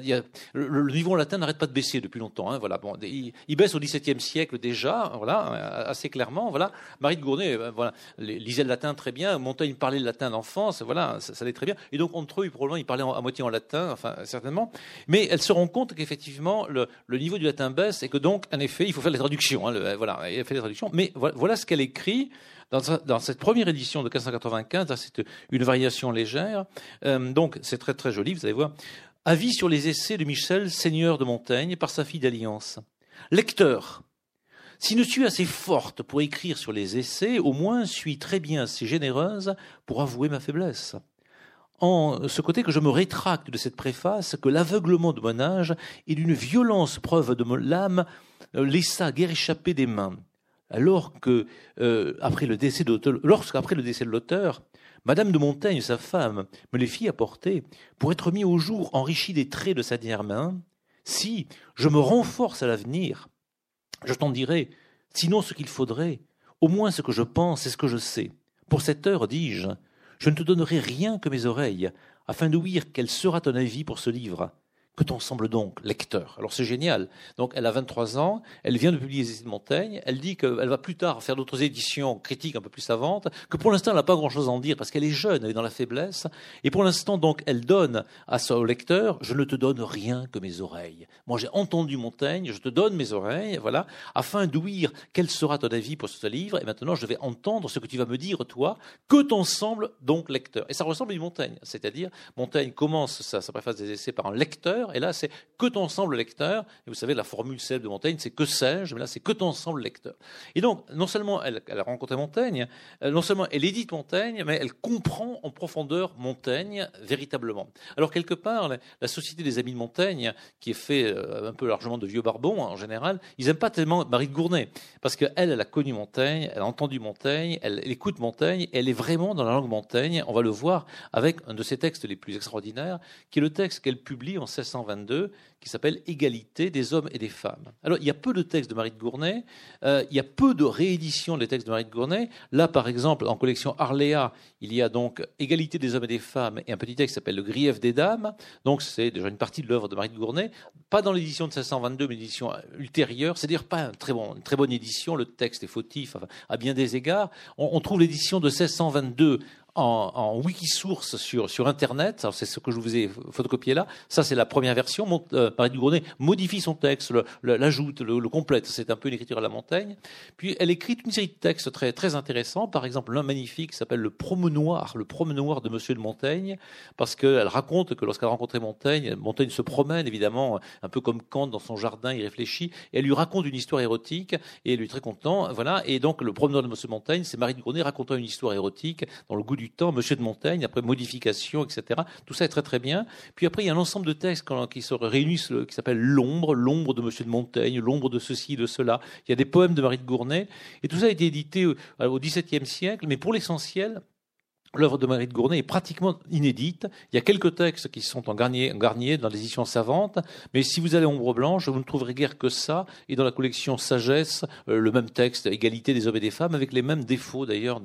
le niveau latin n'arrête pas de baisser depuis longtemps, hein, voilà, bon, il baisse au XVIIe siècle déjà, voilà, assez clairement, voilà. Marie de Gournay, voilà, lisait le latin très bien, Montaigne parlait le latin d'enfance, voilà, ça allait très bien, et donc entre eux, probablement, il parlait à moitié en latin, enfin, certainement, mais elle se rend compte qu'effectivement, le niveau du latin baisse, et que donc, en effet, il faut faire les traductions, hein, voilà, elle fait les traductions, mais voilà ce qu'elle écrit dans cette première édition de 1595, c'est une variation légère, donc c'est très très joli, vous allez voir. Avis sur les essais de Michel, seigneur de Montaigne, par sa fille d'alliance. Lecteur, si ne suis assez forte pour écrire sur les essais, au moins suis très bien assez généreuse pour avouer ma faiblesse. En ce côté que je me rétracte de cette préface, que l'aveuglement de mon âge et d'une violence preuve de l'âme laissa guère échapper des mains. Alors que, après le décès de l'auteur, Madame de Montaigne, sa femme, me les fit apporter pour être mis au jour enrichi des traits de sa dernière main. Si je me renforce à l'avenir, je t'en dirai, sinon ce qu'il faudrait, au moins ce que je pense et ce que je sais. Pour cette heure, dis-je, je ne te donnerai rien que mes oreilles, afin d'ouïr quel sera ton avis pour ce livre. Que t'en semble donc, lecteur? Alors c'est génial. Donc elle a 23 ans, elle vient de publier les essais de Montaigne, elle dit qu'elle va plus tard faire d'autres éditions critiques un peu plus savantes, que pour l'instant elle n'a pas grand-chose à en dire parce qu'elle est jeune, elle est dans la faiblesse, et pour l'instant donc elle donne au lecteur, je ne te donne rien que mes oreilles. Moi j'ai entendu Montaigne, je te donne mes oreilles, voilà, afin d'ouïr quel sera ton avis pour ce livre, et maintenant je vais entendre ce que tu vas me dire toi, que t'en semble donc, lecteur? Et ça ressemble à du Montaigne, c'est-à-dire Montaigne commence sa préface des essais par un lecteur, et là, c'est que t'en semble, lecteur. Et vous savez, la formule célèbre de Montaigne, c'est que sais-je, mais là, c'est que t'en semble, lecteur. Et donc, non seulement elle a rencontré Montaigne, non seulement elle édite Montaigne, mais elle comprend en profondeur Montaigne véritablement. Alors, quelque part, la Société des Amis de Montaigne, qui est fait un peu largement de vieux barbons, en général, ils n'aiment pas tellement Marie de Gournay, parce qu'elle a connu Montaigne, elle a entendu Montaigne, elle écoute Montaigne, et elle est vraiment dans la langue Montaigne. On va le voir avec un de ses textes les plus extraordinaires, qui est le texte qu'elle publie en 1622, qui s'appelle « Égalité des hommes et des femmes ». Alors, il y a peu de textes de Marie de Gournay, il y a peu de rééditions des textes de Marie de Gournay. Là, par exemple, en collection Arléa, il y a donc « Égalité des hommes et des femmes » et un petit texte qui s'appelle « Le grief des dames ». Donc, c'est déjà une partie de l'œuvre de Marie de Gournay. Pas dans l'édition de 1622, mais l'édition ultérieure. C'est-à-dire pas une très bonne édition. Le texte est fautif à bien des égards. On trouve l'édition de 1622 en Wikisource sur Internet. C'est ce que je vous ai photocopié là. Ça, c'est la première version. Marie de Gournay modifie son texte, l'ajoute, le complète. C'est un peu une écriture à la Montaigne. Puis, elle écrit toute une série de textes très, très intéressants. Par exemple, l'un magnifique qui s'appelle le promenoir de Monsieur de Montaigne, parce qu'elle raconte que lorsqu'elle a rencontré Montaigne se promène, évidemment, un peu comme Kant dans son jardin, il réfléchit, et elle lui raconte une histoire érotique, et lui est très content. Voilà. Et donc, le promenoir de Monsieur de Montaigne, c'est Marie de Gournay racontant une histoire érotique dans le goût du temps, Monsieur de Montaigne, après modification, etc. Tout ça est très très bien. Puis après, il y a un ensemble de textes qui se réunissent, qui s'appelle l'ombre de Monsieur de Montaigne, l'ombre de ceci, de cela. Il y a des poèmes de Marie de Gournay, et tout ça a été édité au XVIIe siècle, mais pour l'essentiel, l'œuvre de Marie de Gournay est pratiquement inédite. Il y a quelques textes qui sont en Garnier dans l'édition savante, mais si vous allez Ombre Blanche, vous ne trouverez guère que ça. Et dans la collection Sagesse, le même texte, Égalité des hommes et des femmes, avec les mêmes défauts d'ailleurs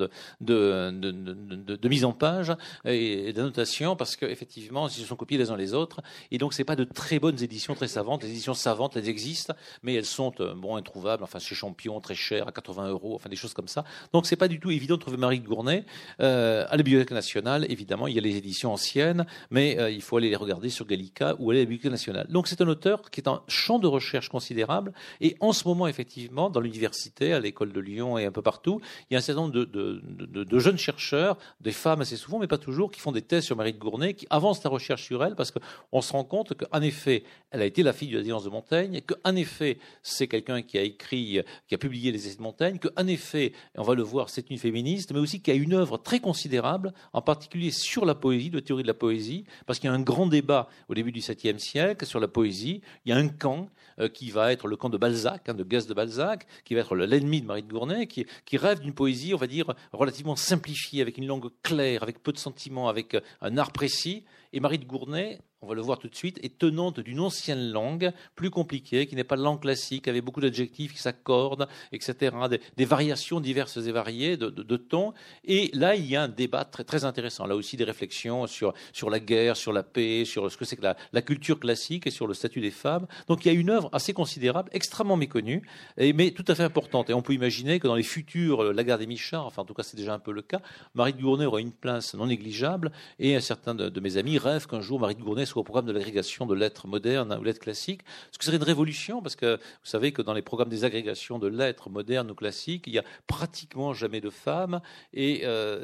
de mise en page et d'annotation, parce qu'effectivement, ils se sont copiés les uns les autres. Et donc, c'est pas de très bonnes éditions très savantes. Les éditions savantes, elles existent, mais elles sont introuvables. Enfin, chez Champion, très cher, à 80 €, enfin des choses comme ça. Donc, c'est pas du tout évident de trouver Marie de Gournay. À la Bibliothèque nationale, évidemment, il y a les éditions anciennes, mais il faut aller les regarder sur Gallica ou aller à la Bibliothèque nationale. Donc c'est un auteur qui est un champ de recherche considérable, et en ce moment, effectivement, dans l'université, à l'école de Lyon et un peu partout, il y a un certain nombre de jeunes chercheurs, des femmes assez souvent, mais pas toujours, qui font des thèses sur Marie de Gournay, qui avancent la recherche sur elle, parce qu'on se rend compte qu'en effet, elle a été la fille de la Déliance de Montaigne, qu'en effet, c'est quelqu'un qui a publié les essais de Montaigne, qu'en effet, et on va le voir, c'est une féministe, mais aussi qui a une œuvre très considérable, en particulier sur la poésie, de théorie de la poésie, parce qu'il y a un grand débat au début du XVIIe siècle sur la poésie. Il y a un camp qui va être le camp de Balzac, de Gaz de Balzac, qui va être l'ennemi de Marie de Gournay, qui rêve d'une poésie, on va dire, relativement simplifiée, avec une langue claire, avec peu de sentiments, avec un art précis. Et Marie de Gournay, on va le voir tout de suite, est tenante d'une ancienne langue, plus compliquée, qui n'est pas la langue classique, avec beaucoup d'adjectifs qui s'accordent, etc., des variations diverses et variées de tons. Et là, il y a un débat très, très intéressant. Là aussi, des réflexions sur la guerre, sur la paix, sur ce que c'est que la culture classique et sur le statut des femmes. Donc, il y a une œuvre assez considérable, extrêmement méconnue, mais tout à fait importante. Et on peut imaginer que dans les futurs La Guerre des Michards, enfin, en tout cas, c'est déjà un peu le cas, Marie de Gournay aura une place non négligeable, et un certain de mes amis rêvent qu'un jour Marie de Gournay soit au programme de l'agrégation de lettres modernes ou lettres classiques, ce qui serait une révolution, parce que vous savez que dans les programmes des agrégations de lettres modernes ou classiques, il n'y a pratiquement jamais de femmes, et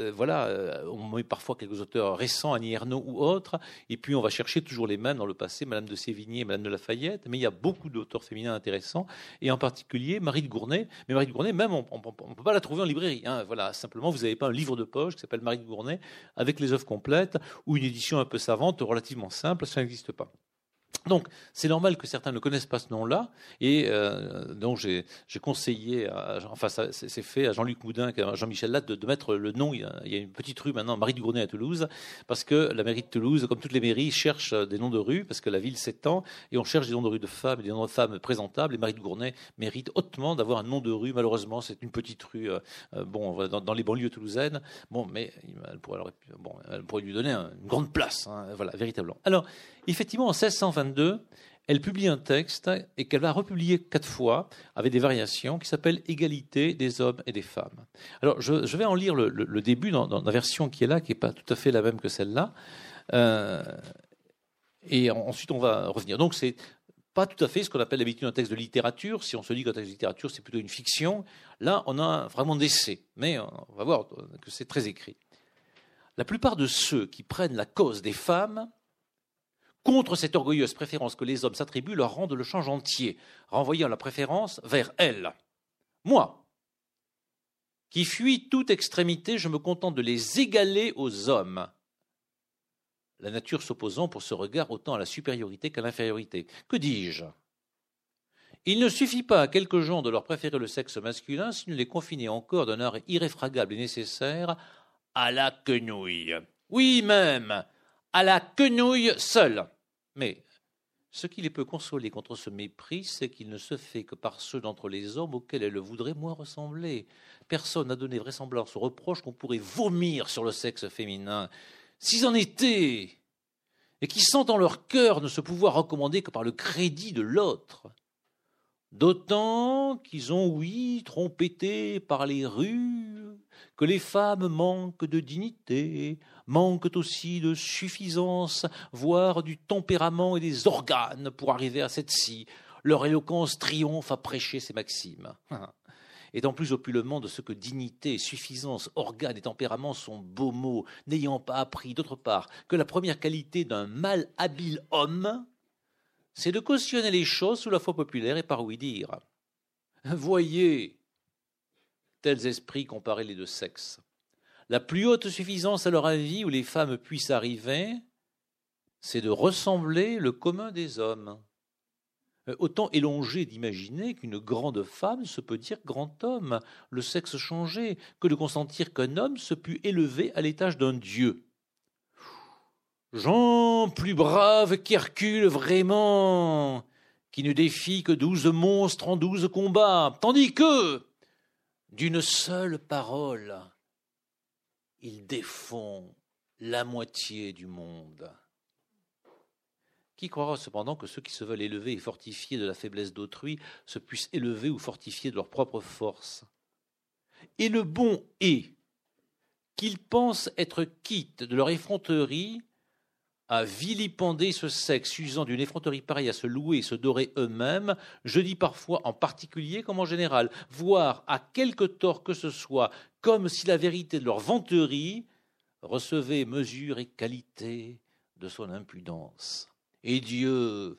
on met parfois quelques auteurs récents, Annie Ernaux ou autres, et puis on va chercher toujours les mêmes dans le passé, Madame de Sévigné, Madame de Lafayette, mais il y a beaucoup d'auteurs féminins intéressants, et en particulier Marie de Gournay. Mais Marie de Gournay, même, on ne peut pas la trouver en librairie. Voilà, simplement, vous n'avez pas un livre de poche qui s'appelle Marie de Gournay, avec les œuvres complètes, ou une édition un peu savante, relativement simple, ça n'existe pas. Donc, c'est normal que certains ne connaissent pas ce nom-là, et donc j'ai conseillé, c'est fait à Jean-Luc Moudin, à Jean-Michel Latte, de mettre le nom. Il y a une petite rue maintenant, Marie de Gournay à Toulouse, parce que la mairie de Toulouse, comme toutes les mairies, cherche des noms de rues, parce que la ville s'étend, et on cherche des noms de rues de femmes, et des noms de femmes présentables, et Marie de Gournay mérite hautement d'avoir un nom de rue. Malheureusement, c'est une petite rue, dans les banlieues toulousaines, mais elle pourrait lui donner une grande place, voilà, véritablement. Alors, effectivement, en 1622, elle publie un texte et qu'elle va republier 4 fois avec des variations qui s'appelle « Égalité des hommes et des femmes ». Alors, je vais en lire le début dans la version qui est là, qui n'est pas tout à fait la même que celle-là. Et ensuite, on va revenir. Donc, c'est pas tout à fait ce qu'on appelle d'habitude un texte de littérature. Si on se dit qu'un texte de littérature, c'est plutôt une fiction, là, on a vraiment d'essai. Mais on va voir que c'est très écrit. La plupart de ceux qui prennent la cause des femmes contre cette orgueilleuse préférence que les hommes s'attribuent, leur rendent le change entier, renvoyant la préférence vers elles. Moi, qui fuis toute extrémité, je me contente de les égaler aux hommes, la nature s'opposant pour ce regard autant à la supériorité qu'à l'infériorité. Que dis-je ? Il ne suffit pas à quelques gens de leur préférer le sexe masculin, si ne les confiner encore d'un art irréfragable et nécessaire à la quenouille. Oui, même, à la quenouille seule. Mais ce qui les peut consoler contre ce mépris, c'est qu'il ne se fait que par ceux d'entre les hommes auxquels elle voudrait moins ressembler. Personne n'a donné vraisemblance au reproche qu'on pourrait vomir sur le sexe féminin. S'ils en étaient, et qui sentent en leur cœur ne se pouvoir recommander que par le crédit de l'autre, d'autant qu'ils ont, oui, trompetté par les rues, que les femmes manquent de dignité, manquent aussi de suffisance, voire du tempérament et des organes pour arriver à cette scie. Leur éloquence triomphe à prêcher ces maximes. Étant plus opulent de ce que dignité, suffisance, organes et tempérament sont beaux mots, n'ayant pas appris, d'autre part, que la première qualité d'un mal habile homme, c'est de cautionner les choses sous la foi populaire et par ouï dire. Voyez, tels esprits comparer les deux sexes. La plus haute suffisance à leur avis où les femmes puissent arriver, c'est de ressembler le commun des hommes. Autant élongé d'imaginer qu'une grande femme se peut dire grand homme, le sexe changé, que de consentir qu'un homme se pût élever à l'étage d'un dieu. Gens plus braves qu'Hercule vraiment, qui ne défie que 12 monstres en 12 combats, tandis que, d'une seule parole, il défend la moitié du monde. Qui croira cependant que ceux qui se veulent élever et fortifier de la faiblesse d'autrui se puissent élever ou fortifier de leur propre force? Et le bon est qu'ils pensent être quittes de leur effronterie à vilipender ce sexe, usant d'une effronterie pareille à se louer et se dorer eux-mêmes, je dis parfois en particulier comme en général, voire à quelque tort que ce soit, comme si la vérité de leur vanterie recevait mesure et qualité de son impudence. Et Dieu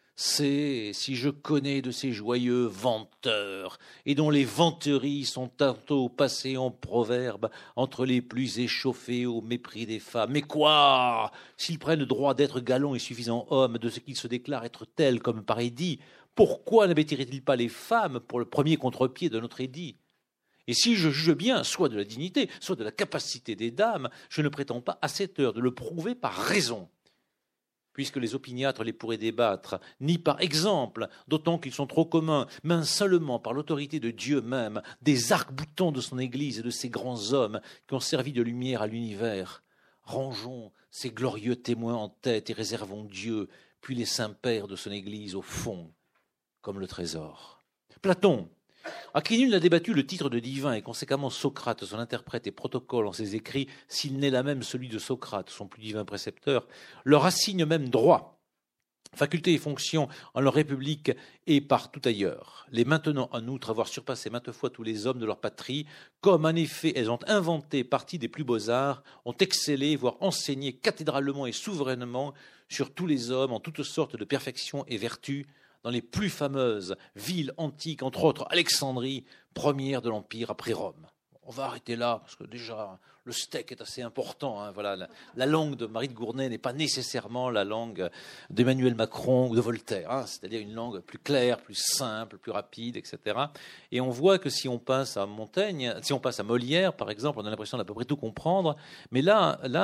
sait si je connais de ces joyeux vanteurs, et dont les vanteries sont tantôt passées en proverbes entre les plus échauffés au mépris des femmes. Mais quoi, s'ils prennent le droit d'être galants et suffisants hommes, de ce qu'ils se déclarent être tels comme par édit, pourquoi n'abattiraient-ils pas les femmes pour le premier contre-pied de notre édit? Et si je juge bien, soit de la dignité, soit de la capacité des dames, je ne prétends pas à cette heure de le prouver par raison, puisque les opiniâtres les pourraient débattre, ni par exemple, d'autant qu'ils sont trop communs, mais seulement par l'autorité de Dieu même, des arcs-boutants de son Église et de ces grands hommes qui ont servi de lumière à l'univers. Rangeons ces glorieux témoins en tête et réservons Dieu, puis les saints pères de son Église au fond, comme le trésor. Platon, à qui nul n'a débattu le titre de divin et conséquemment Socrate, son interprète et protocole en ses écrits, s'il n'est là même celui de Socrate, son plus divin précepteur, leur assigne même droit, faculté et fonction en leur république et partout ailleurs, les maintenant en outre avoir surpassé maintes fois tous les hommes de leur patrie, comme en effet elles ont inventé partie des plus beaux arts, ont excellé, voire enseigné cathédralement et souverainement sur tous les hommes en toutes sortes de perfections et vertus, dans les plus fameuses villes antiques, entre autres Alexandrie, première de l'Empire après Rome. On va arrêter là, parce que déjà, le steak est assez important. Hein, voilà, la langue de Marie de Gournay n'est pas nécessairement la langue d'Emmanuel Macron ou de Voltaire, hein, c'est-à-dire une langue plus claire, plus simple, plus rapide, etc. Et on voit que si on passe à Montaigne, si on passe à Molière, par exemple, on a l'impression d'à peu près tout comprendre. Mais là, il y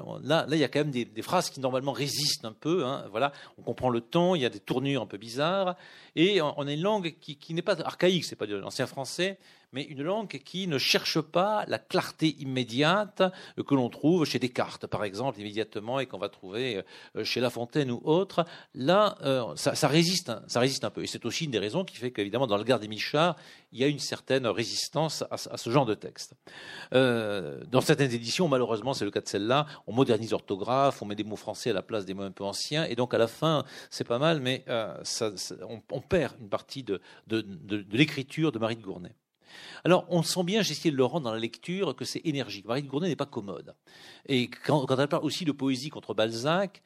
a quand même des phrases qui normalement résistent un peu. Hein, voilà, on comprend le ton, il y a des tournures un peu bizarres, et on a une langue qui n'est pas archaïque, c'est pas de l'ancien français, mais une langue qui ne cherche pas la clarté immédiate que l'on trouve chez Descartes, par exemple, immédiatement, et qu'on va trouver chez La Fontaine ou autre. Là, ça résiste un peu. Et c'est aussi une des raisons qui fait qu'évidemment, dans le Gard des Michards, il y a une certaine résistance à ce genre de texte. Dans certaines éditions, malheureusement, c'est le cas de celle-là, on modernise l'orthographe, on met des mots français à la place des mots un peu anciens, et donc à la fin, c'est pas mal, mais on perd une partie de l'écriture de Marie de Gournay. Alors, on sent bien, j'ai essayé de le rendre dans la lecture, que c'est énergique. Marie de Gournay n'est pas commode. Et quand elle parle aussi de poésie contre Balzac,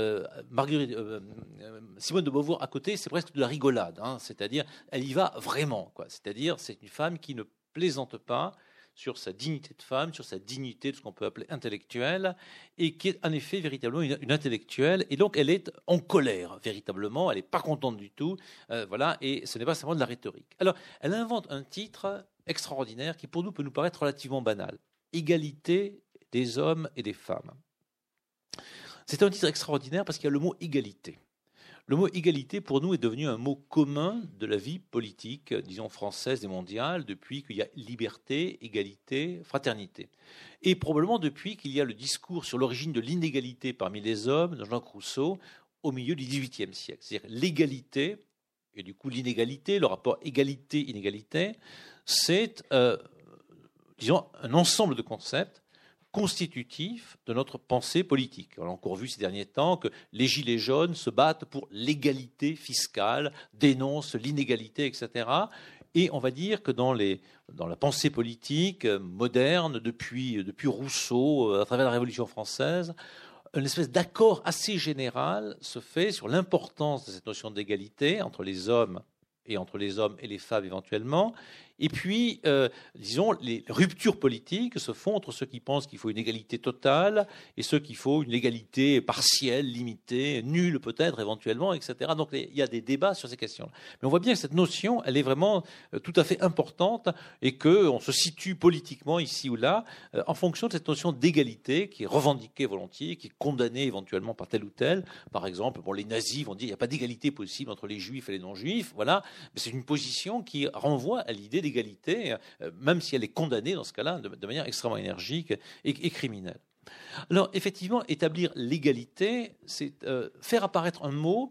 Simone de Beauvoir à côté, c'est presque de la rigolade. Hein, c'est-à-dire, elle y va vraiment. C'est-à-dire, c'est une femme qui ne plaisante pas sur sa dignité de femme, sur sa dignité de ce qu'on peut appeler intellectuelle, et qui est en effet véritablement une intellectuelle, et donc elle est en colère, véritablement, elle n'est pas contente du tout, voilà, et ce n'est pas seulement de la rhétorique. Alors, elle invente un titre extraordinaire qui pour nous peut nous paraître relativement banal, « Égalité des hommes et des femmes ». C'est un titre extraordinaire parce qu'il y a le mot « égalité ». Le mot égalité, pour nous, est devenu un mot commun de la vie politique, disons, française et mondiale, depuis qu'il y a liberté, égalité, fraternité. Et probablement depuis qu'il y a le discours sur l'origine de l'inégalité parmi les hommes, de Jean Rousseau, au milieu du XVIIIe siècle. C'est-à-dire l'égalité, et du coup l'inégalité, le rapport égalité-inégalité, c'est disons, un ensemble de concepts constitutifs de notre pensée politique. On a encore vu ces derniers temps que les Gilets jaunes se battent pour l'égalité fiscale, dénoncent l'inégalité, etc. Et on va dire que dans la pensée politique moderne, depuis Rousseau, à travers la Révolution française, une espèce d'accord assez général se fait sur l'importance de cette notion d'égalité entre les hommes et les femmes éventuellement. Et puis, disons, les ruptures politiques se font entre ceux qui pensent qu'il faut une égalité totale et ceux qui faut une égalité partielle, limitée, nulle peut-être éventuellement, etc. Donc il y a des débats sur ces questions-là. Mais on voit bien que cette notion, elle est vraiment tout à fait importante et qu'on se situe politiquement ici ou là en fonction de cette notion d'égalité qui est revendiquée volontiers, qui est condamnée éventuellement par tel ou tel. Par exemple, les nazis vont dire qu'il n'y a pas d'égalité possible entre les juifs et les non-juifs. Voilà. Mais c'est une position qui renvoie à l'idée d'égalité, même si elle est condamnée dans ce cas-là de manière extrêmement énergique et criminelle. Alors, effectivement, établir l'égalité, c'est faire apparaître un mot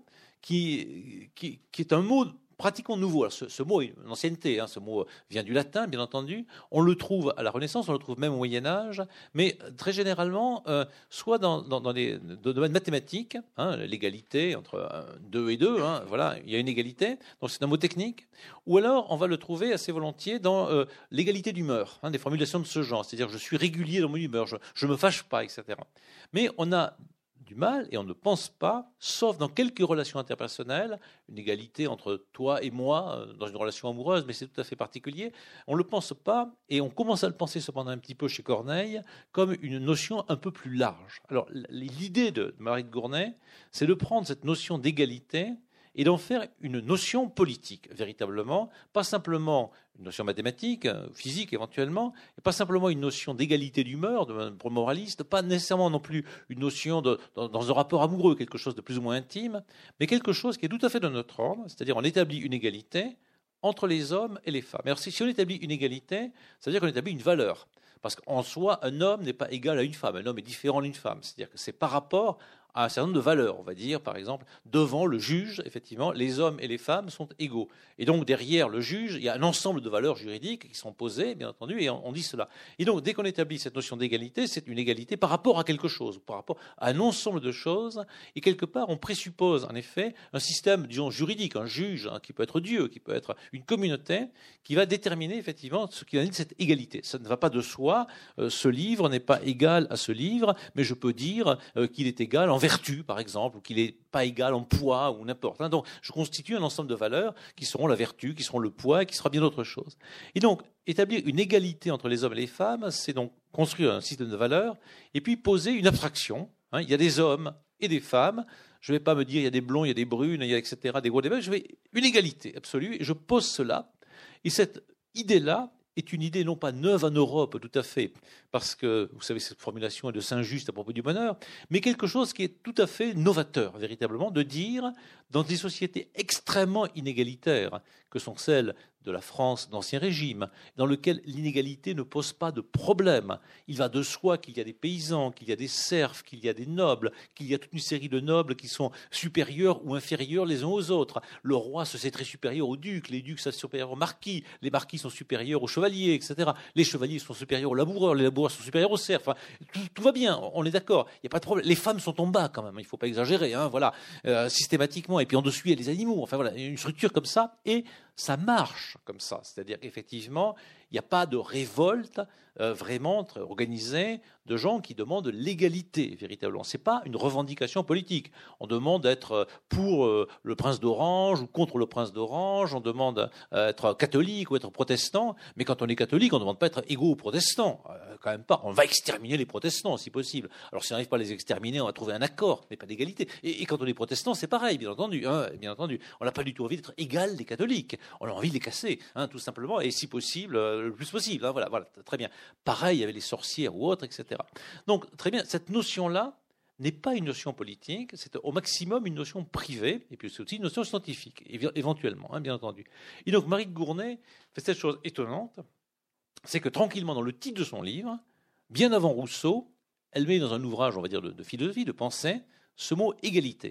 qui est un mot pratiquement nouveau. Alors, ce mot est une ancienneté, ce mot vient du latin, bien entendu. On le trouve à la Renaissance, on le trouve même au Moyen-Âge, mais très généralement, soit dans les domaines mathématiques, l'égalité entre 2 et 2, voilà, il y a une égalité, donc c'est un mot technique, ou alors on va le trouver assez volontiers dans l'égalité d'humeur, des formulations de ce genre, c'est-à-dire je suis régulier dans mon humeur, je ne me fâche pas, etc. Mais on a du mal et on ne pense pas, sauf dans quelques relations interpersonnelles, une égalité entre toi et moi dans une relation amoureuse, mais c'est tout à fait particulier. On ne le pense pas et on commence à le penser cependant un petit peu chez Corneille comme une notion un peu plus large. Alors l'idée de Marie de Gournay, c'est de prendre cette notion d'égalité et d'en faire une notion politique, véritablement, pas simplement une notion mathématique, physique éventuellement, et pas simplement une notion d'égalité d'humeur, pour moraliste, pas nécessairement non plus une notion dans un rapport amoureux, quelque chose de plus ou moins intime, mais quelque chose qui est tout à fait de notre ordre, c'est-à-dire on établit une égalité entre les hommes et les femmes. Alors si on établit une égalité, ça veut dire qu'on établit une valeur. Parce qu'en soi, un homme n'est pas égal à une femme, un homme est différent d'une femme. C'est-à-dire que c'est par rapport à un certain nombre de valeurs. On va dire, par exemple, devant le juge, effectivement, les hommes et les femmes sont égaux. Et donc, derrière le juge, il y a un ensemble de valeurs juridiques qui sont posées, bien entendu, et on dit cela. Et donc, dès qu'on établit cette notion d'égalité, c'est une égalité par rapport à quelque chose, par rapport à un ensemble de choses. Et quelque part, on présuppose, en effet, un système, disons, juridique, un juge, qui peut être Dieu, qui peut être une communauté, qui va déterminer, effectivement, ce qu'il en est de cette égalité. Ça ne va pas de soi. Ce livre n'est pas égal à ce livre, mais je peux dire qu'il est égal en vertu, par exemple, ou qu'il n'est pas égal en poids, ou n'importe. Donc, je constitue un ensemble de valeurs qui seront la vertu, qui seront le poids, et qui sera bien autre chose. Et donc, établir une égalité entre les hommes et les femmes, c'est donc construire un système de valeurs, et puis poser une abstraction. Il y a des hommes et des femmes. Je ne vais pas me dire il y a des blonds, il y a des brunes, il y a etc., des gros, des belles. Je vais une égalité absolue, et je pose cela. Et cette idée-là est une idée non pas neuve en Europe, tout à fait, parce que, vous savez, cette formulation est de Saint-Just à propos du bonheur, mais quelque chose qui est tout à fait novateur, véritablement, de dire, dans des sociétés extrêmement inégalitaires, que sont celles de la France d'Ancien Régime, dans lequel l'inégalité ne pose pas de problème. Il va de soi qu'il y a des paysans, qu'il y a des serfs, qu'il y a des nobles, qu'il y a toute une série de nobles qui sont supérieurs ou inférieurs les uns aux autres. Le roi se sait très supérieur aux ducs, les ducs sont supérieurs aux marquis, les marquis sont supérieurs aux chevaliers, etc. Les chevaliers sont supérieurs aux laboureurs, les laboureurs sont supérieurs aux serfs. Enfin, tout va bien, on est d'accord, il n'y a pas de problème. Les femmes sont en bas quand même, il ne faut pas exagérer, voilà, systématiquement. Et puis en dessous, il y a les animaux. Enfin voilà, une structure comme ça, et ça marche comme ça. C'est-à-dire qu'effectivement, il n'y a pas de révolte vraiment organisée de gens qui demandent l'égalité, véritablement. Ce n'est pas une revendication politique. On demande d'être pour le prince d'Orange ou contre le prince d'Orange, on demande être catholique ou être protestant, mais quand on est catholique, on ne demande pas être égaux aux protestants. Quand même pas. On va exterminer les protestants, si possible. Alors, si on n'arrive pas à les exterminer, on va trouver un accord, mais pas d'égalité. Et quand on est protestant, c'est pareil, bien entendu. Bien entendu. On n'a pas du tout envie d'être égal des catholiques. On a envie de les casser, tout simplement, et si possible, le plus possible. Voilà, très bien. Pareil avec les sorcières ou autres, etc. Donc, très bien, cette notion-là n'est pas une notion politique, c'est au maximum une notion privée, et puis c'est aussi une notion scientifique, éventuellement, bien entendu. Et donc, Marie de Gournay fait cette chose étonnante, c'est que tranquillement, dans le titre de son livre, bien avant Rousseau, elle met dans un ouvrage, on va dire, de philosophie, de pensée, ce mot égalité.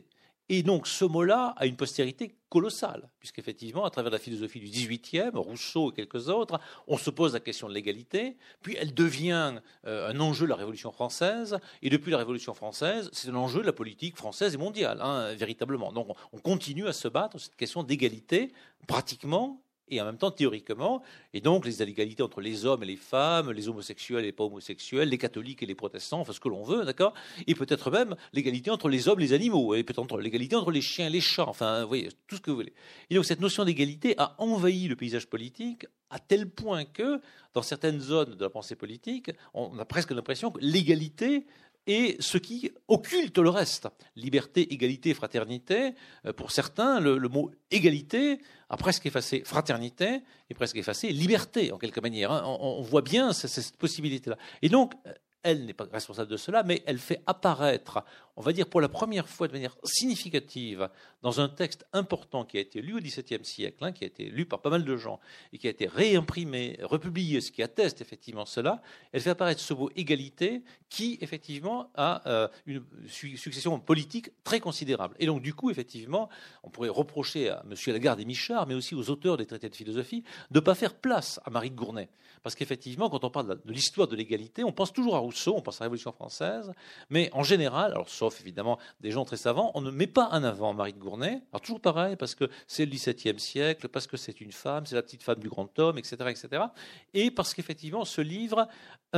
Et donc, ce mot-là a une postérité colossale, puisqu'effectivement, à travers la philosophie du XVIIIe, Rousseau et quelques autres, on se pose la question de l'égalité, puis elle devient un enjeu de la Révolution française, et depuis la Révolution française, c'est un enjeu de la politique française et mondiale, véritablement. Donc, on continue à se battre sur cette question d'égalité, pratiquement, et en même temps théoriquement, et donc les inégalités entre les hommes et les femmes, les homosexuels et les pas homosexuels, les catholiques et les protestants, enfin ce que l'on veut, d'accord, et peut-être même l'égalité entre les hommes et les animaux, et peut-être l'égalité entre les chiens et les chats, enfin, vous voyez, tout ce que vous voulez. Et donc cette notion d'égalité a envahi le paysage politique à tel point que, dans certaines zones de la pensée politique, on a presque l'impression que l'égalité et ce qui occulte le reste. Liberté, égalité, fraternité. Pour certains, le mot égalité a presque effacé fraternité et presque effacé liberté, en quelque manière. On voit bien cette possibilité-là. Et donc, elle n'est pas responsable de cela, mais elle fait apparaître, on va dire pour la première fois de manière significative, dans un texte important qui a été lu au XVIIe siècle, qui a été lu par pas mal de gens, et qui a été réimprimé, republié, ce qui atteste effectivement cela, elle fait apparaître ce mot égalité qui, effectivement, a une succession politique très considérable. Et donc, du coup, effectivement, on pourrait reprocher à M. Lagarde et Michard, mais aussi aux auteurs des traités de philosophie, de ne pas faire place à Marie de Gournay. Parce qu'effectivement, quand on parle de l'histoire de l'égalité, on pense toujours à Rousseau, on pense à la Révolution française, mais en général, alors sauf évidemment des gens très savants, on ne met pas en avant Marie de Gournay. Alors toujours pareil, parce que c'est le XVIIe siècle, parce que c'est une femme, c'est la petite femme du grand homme, etc., etc. Et parce qu'effectivement, ce livre,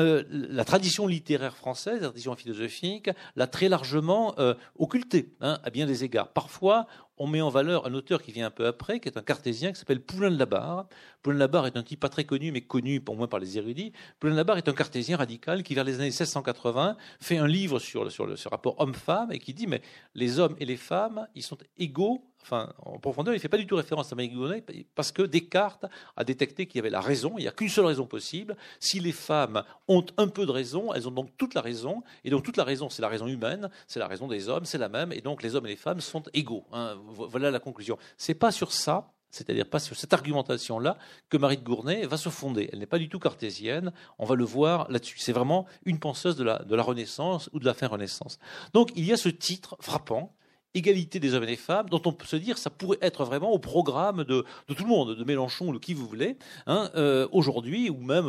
la tradition littéraire française, la tradition philosophique, l'a très largement occulté, à bien des égards. Parfois, on met en valeur un auteur qui vient un peu après, qui est un cartésien, qui s'appelle Poulain de la Barre. Poulain de la Barre est un type pas très connu, mais connu pour moins par les érudits. Poulain de la Barre est un cartésien radical qui, vers les années 1680, fait un livre sur ce rapport homme-femme et qui dit, mais les hommes et les femmes, ils sont égaux. Enfin, en profondeur, il ne fait pas du tout référence à Marie de Gournay parce que Descartes a détecté qu'il y avait la raison. Il n'y a qu'une seule raison possible. Si les femmes ont un peu de raison, elles ont donc toute la raison. Et donc toute la raison, c'est la raison humaine, c'est la raison des hommes, c'est la même. Et donc les hommes et les femmes sont égaux. Voilà la conclusion. C'est pas sur ça, c'est-à-dire pas sur cette argumentation-là, que Marie de Gournay va se fonder. Elle n'est pas du tout cartésienne. On va le voir là-dessus. C'est vraiment une penseuse de la Renaissance ou de la fin Renaissance. Donc il y a ce titre frappant, égalité des hommes et des femmes, dont on peut se dire ça pourrait être vraiment au programme de tout le monde, de Mélenchon ou de qui vous voulez, aujourd'hui, ou même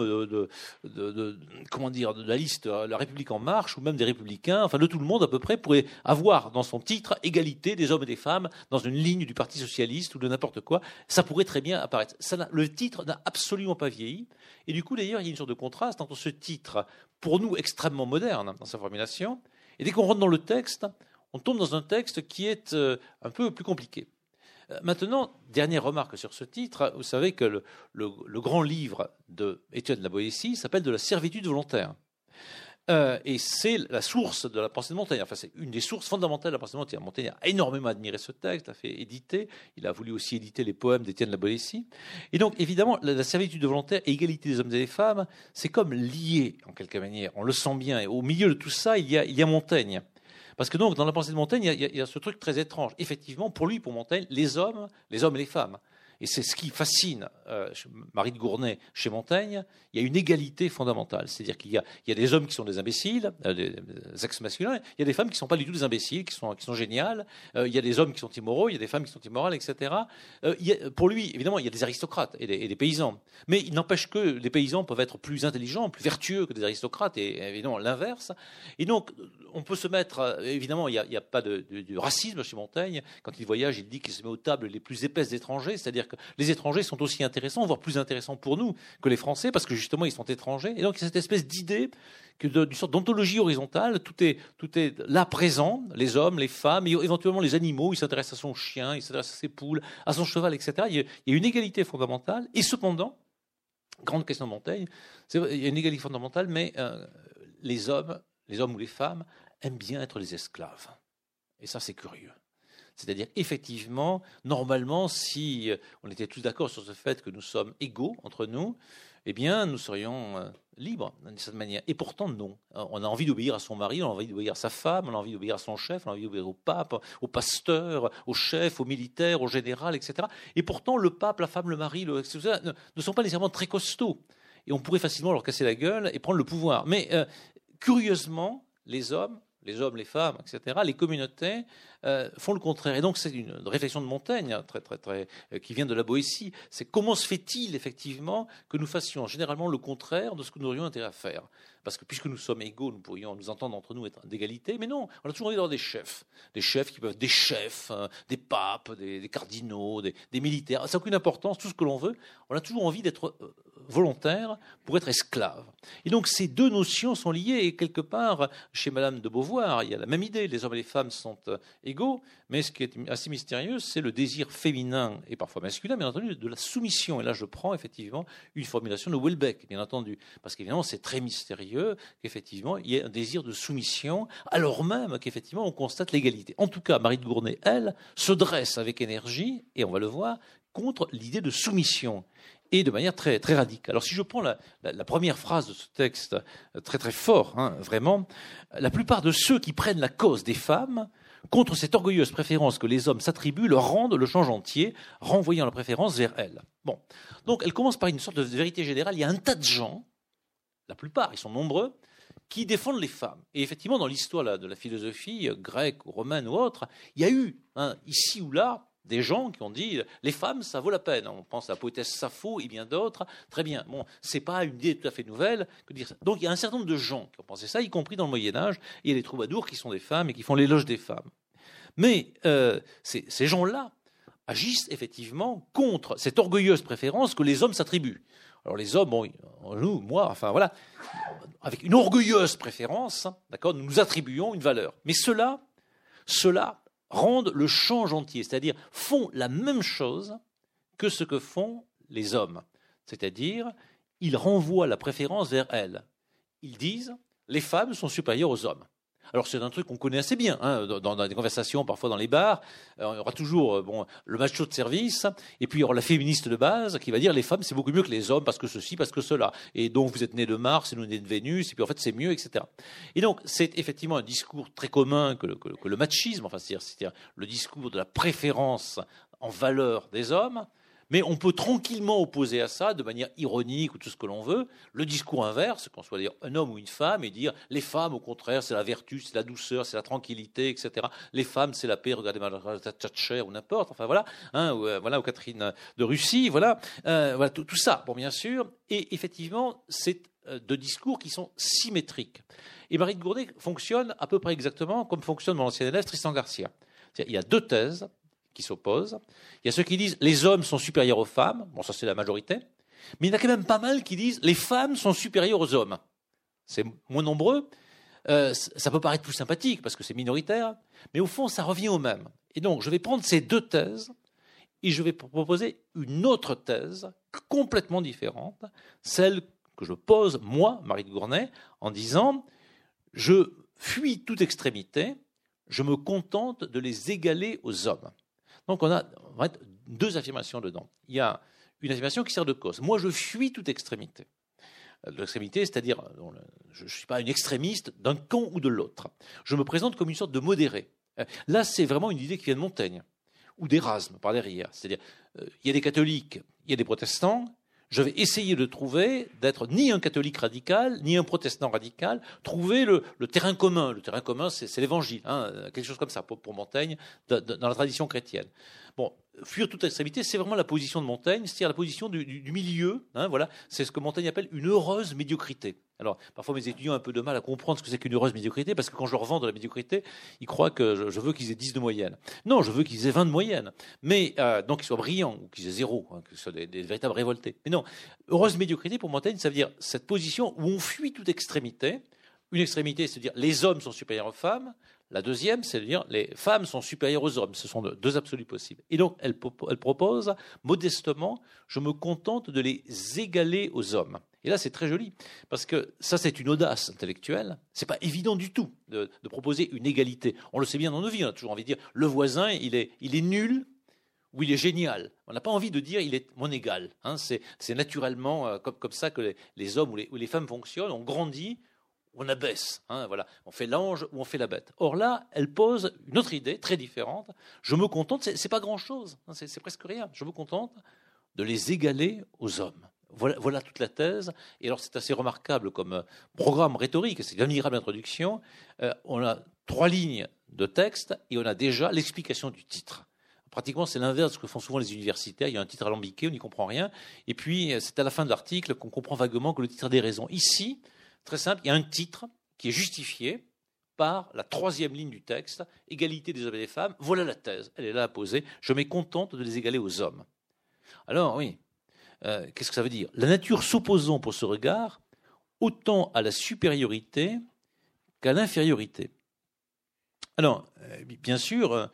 comment dire, de la liste La République en marche, ou même des Républicains, enfin de tout le monde à peu près, pourrait avoir dans son titre égalité des hommes et des femmes dans une ligne du Parti socialiste ou de n'importe quoi. Ça pourrait très bien apparaître. Le titre n'a absolument pas vieilli. Et du coup, d'ailleurs, il y a une sorte de contraste entre ce titre, pour nous extrêmement moderne dans sa formulation, et dès qu'on rentre dans le texte, on tombe dans un texte qui est un peu plus compliqué. Maintenant, dernière remarque sur ce titre, vous savez que le grand livre d'Étienne de la Boétie s'appelle « De la servitude volontaire ». Et c'est la source de la pensée de Montaigne. Enfin, c'est une des sources fondamentales de la pensée de Montaigne. Montaigne a énormément admiré ce texte, l'a fait éditer. Il a voulu aussi éditer les poèmes d'Étienne de la Boétie. Et donc, évidemment, la servitude volontaire et égalité des hommes et des femmes, c'est comme lié, en quelque manière. On le sent bien. Et au milieu de tout ça, il y a Montaigne. Parce que donc, dans la pensée de Montaigne, il y a ce truc très étrange. Effectivement, pour lui, pour Montaigne, les hommes et les femmes. Et c'est ce qui fascine Marie de Gournay chez Montaigne. Il y a une égalité fondamentale. C'est-à-dire qu'il y a des hommes qui sont des imbéciles, des ex-masculins. Il y a des femmes qui ne sont pas du tout des imbéciles, qui sont géniales. Il y a des hommes qui sont immoraux, il y a des femmes qui sont immorales, etc. Pour lui, évidemment, il y a des aristocrates et des paysans. Mais il n'empêche que les paysans peuvent être plus intelligents, plus vertueux que des aristocrates, et évidemment l'inverse. Et donc, on peut se mettre... Évidemment, il n'y a pas de racisme chez Montaigne. Quand il voyage, il dit qu'il se met aux tables les plus épaisses d'étrangers, c'est-à-dire que les étrangers sont aussi intéressants, voire plus intéressants pour nous que les Français, parce que justement, ils sont étrangers. Et donc, il y a cette espèce d'idée d'une sorte d'ontologie horizontale. Tout est là présent, les hommes, les femmes, et éventuellement les animaux. Il s'intéresse à son chien, il s'intéresse à ses poules, à son cheval, etc. Il y a une égalité fondamentale. Et cependant, grande question de Montaigne, il y a une égalité fondamentale, mais les hommes ou les femmes, aiment bien être les esclaves. Et ça, c'est curieux. C'est-à-dire, effectivement, normalement, si on était tous d'accord sur ce fait que nous sommes égaux entre nous, eh bien, nous serions libres d'une certaine manière. Et pourtant, non. On a envie d'obéir à son mari, on a envie d'obéir à sa femme, on a envie d'obéir à son chef, on a envie d'obéir au pape, au pasteur, au chef, au militaire, au général, etc. Et pourtant, le pape, la femme, le mari, etc., ne sont pas nécessairement très costauds. Et on pourrait facilement leur casser la gueule et prendre le pouvoir. Mais curieusement, les hommes, les hommes, les femmes, etc., les communautés font le contraire. Et donc c'est une réflexion de Montaigne, qui vient de la Boétie. C'est comment se fait-il effectivement que nous fassions généralement le contraire de ce que nous aurions intérêt à faire? Parce que puisque nous sommes égaux, nous pourrions nous entendre entre nous être d'égalité, mais non, on a toujours envie d'avoir des chefs qui peuvent être des chefs, des papes, des cardinaux, des militaires. Ça n'a aucune importance, tout ce que l'on veut. On a toujours envie d'être volontaire pour être esclave. Et donc ces deux notions sont liées, et quelque part, chez Madame de Beauvoir, il y a la même idée, les hommes et les femmes sont égaux, mais ce qui est assez mystérieux, c'est le désir féminin, et parfois masculin, bien entendu, de la soumission. Et là, je prends effectivement une formulation de Houellebecq, bien entendu, parce qu'évidemment, c'est très mystérieux qu'effectivement, il y ait un désir de soumission, alors même qu'effectivement, on constate l'égalité. En tout cas, Marie de Gournay, elle, se dresse avec énergie, et on va le voir, contre l'idée de soumission, et de manière très, très radicale. Alors si je prends la première phrase de ce texte, très très fort, vraiment, la plupart de ceux qui prennent la cause des femmes contre cette orgueilleuse préférence que les hommes s'attribuent leur rendent le change entier, renvoyant la préférence vers elles. Bon, donc elle commence par une sorte de vérité générale. Il y a un tas de gens, la plupart, ils sont nombreux, qui défendent les femmes. Et effectivement, dans l'histoire de la philosophie grecque ou romaine ou autre, il y a eu, ici ou là, des gens qui ont dit les femmes, ça vaut la peine. On pense à la poétesse Sappho et bien d'autres. Très bien. Bon, c'est pas une idée tout à fait nouvelle que dire ça. Donc il y a un certain nombre de gens qui ont pensé ça, y compris dans le Moyen Âge. Et il y a des troubadours qui sont des femmes et qui font l'éloge des femmes. Mais ces gens-là agissent effectivement contre cette orgueilleuse préférence que les hommes s'attribuent. Alors les hommes, bon, nous, moi, enfin voilà, avec une orgueilleuse préférence, d'accord, nous nous attribuons une valeur. Mais cela rendent le change entier, c'est-à-dire font la même chose que ce que font les hommes. C'est-à-dire, ils renvoient la préférence vers elles. Ils disent, les femmes sont supérieures aux hommes. Alors c'est un truc qu'on connaît assez bien, dans des conversations, parfois dans les bars. Il y aura toujours le macho de service, et puis il y aura la féministe de base qui va dire les femmes c'est beaucoup mieux que les hommes parce que ceci, parce que cela. Et donc vous êtes nés de Mars et nous nés de Vénus, et puis en fait c'est mieux, etc. Et donc c'est effectivement un discours très commun que le machisme, enfin c'est-à-dire le discours de la préférence en valeur des hommes. Mais on peut tranquillement opposer à ça, de manière ironique ou tout ce que l'on veut, le discours inverse, qu'on soit d'ailleurs un homme ou une femme, et dire les femmes, au contraire, c'est la vertu, c'est la douceur, c'est la tranquillité, etc. Les femmes, c'est la paix, regardez Margaret Thatcher ou n'importe, enfin voilà, ou Catherine de Russie, voilà tout ça, bon bien sûr. Et effectivement, c'est de discours qui sont symétriques. Et Marie de Gournay fonctionne à peu près exactement comme fonctionne mon ancien élève Tristan Garcia. Il y a deux thèses qui s'opposent. Il y a ceux qui disent les hommes sont supérieurs aux femmes, bon ça c'est la majorité, mais il y en a quand même pas mal qui disent les femmes sont supérieures aux hommes. C'est moins nombreux, ça peut paraître plus sympathique parce que c'est minoritaire, mais au fond ça revient au même. Et donc je vais prendre ces deux thèses et je vais proposer une autre thèse complètement différente, celle que je pose moi, Marie de Gournay, en disant je fuis toute extrémité, je me contente de les égaler aux hommes. Donc on a deux affirmations dedans. Il y a une affirmation qui sert de cause. Moi, je fuis toute extrémité. L'extrémité, c'est-à-dire, je ne suis pas une extrémiste d'un camp ou de l'autre. Je me présente comme une sorte de modéré. Là, c'est vraiment une idée qui vient de Montaigne, ou d'Érasme, par derrière. C'est-à-dire, il y a des catholiques, il y a des protestants. Je vais essayer de trouver, d'être ni un catholique radical, ni un protestant radical, trouver le terrain commun. Le terrain commun, c'est l'évangile, quelque chose comme ça, pour Montaigne, dans la tradition chrétienne. Bon, fuir toute extrémité, c'est vraiment la position de Montaigne, c'est-à-dire la position du milieu. Voilà, c'est ce que Montaigne appelle une heureuse médiocrité. Alors, parfois, mes étudiants ont un peu de mal à comprendre ce que c'est qu'une heureuse médiocrité, parce que quand je leur vends de la médiocrité, ils croient que je veux qu'ils aient 10 de moyenne. Non, je veux qu'ils aient 20 de moyenne. Mais, donc, qu'ils soient brillants, ou qu'ils aient 0, qu'ils soient des véritables révoltés. Mais non, heureuse médiocrité, pour Montaigne, ça veut dire cette position où on fuit toute extrémité. Une extrémité, c'est de dire les hommes sont supérieurs aux femmes. La deuxième, c'est de dire les femmes sont supérieures aux hommes. Ce sont deux absolus possibles. Et donc, elle propose, modestement, je me contente de les égaler aux hommes. Et là, c'est très joli, parce que ça, c'est une audace intellectuelle. C'est pas évident du tout de proposer une égalité. On le sait bien dans nos vies, on a toujours envie de dire le voisin, il est nul ou il est génial. On n'a pas envie de dire il est mon égal. C'est naturellement comme ça que les hommes ou les femmes fonctionnent. On grandit, on abaisse. Voilà. On fait l'ange ou on fait la bête. Or là, elle pose une autre idée très différente. Je me contente, c'est pas grand-chose, c'est presque rien. Je me contente de les égaler aux hommes. Voilà toute la thèse. Et alors, c'est assez remarquable comme programme rhétorique, c'est une admirable introduction. On a 3 lignes de texte et on a déjà l'explication du titre. Pratiquement, c'est l'inverse de ce que font souvent les universitaires. Il y a un titre alambiqué, on n'y comprend rien. Et puis, c'est à la fin de l'article qu'on comprend vaguement que le titre a des raisons. Ici, très simple, il y a un titre qui est justifié par la 3e ligne du texte, égalité des hommes et des femmes. Voilà la thèse, elle est là à poser. Je me contente de les égaler aux hommes. Alors, oui, qu'est-ce que ça veut dire? La nature s'opposant pour ce regard autant à la supériorité qu'à l'infériorité. Alors, bien sûr,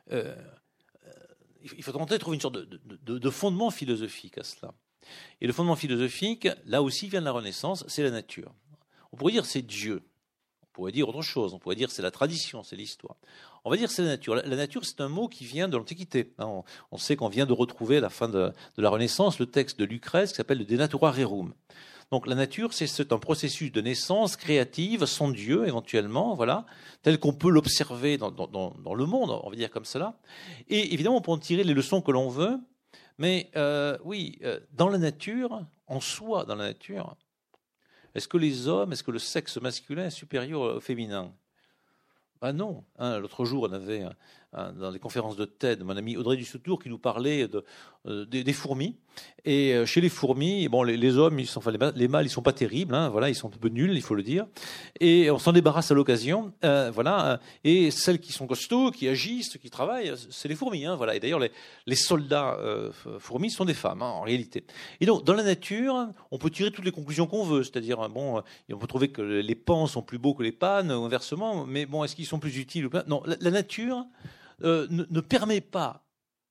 il faut tenter de trouver une sorte de fondement philosophique à cela. Et le fondement philosophique, là aussi, vient de la Renaissance, c'est la nature. On pourrait dire c'est Dieu. On pourrait dire autre chose. On pourrait dire c'est la tradition, c'est l'histoire. On va dire c'est la nature. La nature, c'est un mot qui vient de l'Antiquité. On sait qu'on vient de retrouver à la fin de la Renaissance le texte de Lucrèce qui s'appelle le De Natura Rerum. Donc la nature, c'est un processus de naissance créative, son Dieu éventuellement, voilà, tel qu'on peut l'observer dans le monde, on va dire comme cela. Et évidemment, on peut en tirer les leçons que l'on veut, mais dans la nature, en soi, dans la nature, est-ce que le sexe masculin est supérieur au féminin? Ah non. L'autre jour, on avait dans les conférences de TED, mon ami Audrey Dussotour qui nous parlait des fourmis. Et chez les fourmis, bon, les hommes, les mâles, ils sont pas terribles, voilà, ils sont un peu nuls, il faut le dire. Et on s'en débarrasse à l'occasion, voilà. Et celles qui sont costauds, qui agissent, qui travaillent, c'est les fourmis, voilà. Et d'ailleurs, les soldats fourmis sont des femmes, en réalité. Et donc, dans la nature, on peut tirer toutes les conclusions qu'on veut, c'est-à-dire, bon, on peut trouver que les pans sont plus beaux que les pannes, ou inversement. Mais bon, est-ce qu'ils sont plus utiles ou pas? Non, la nature ne permet pas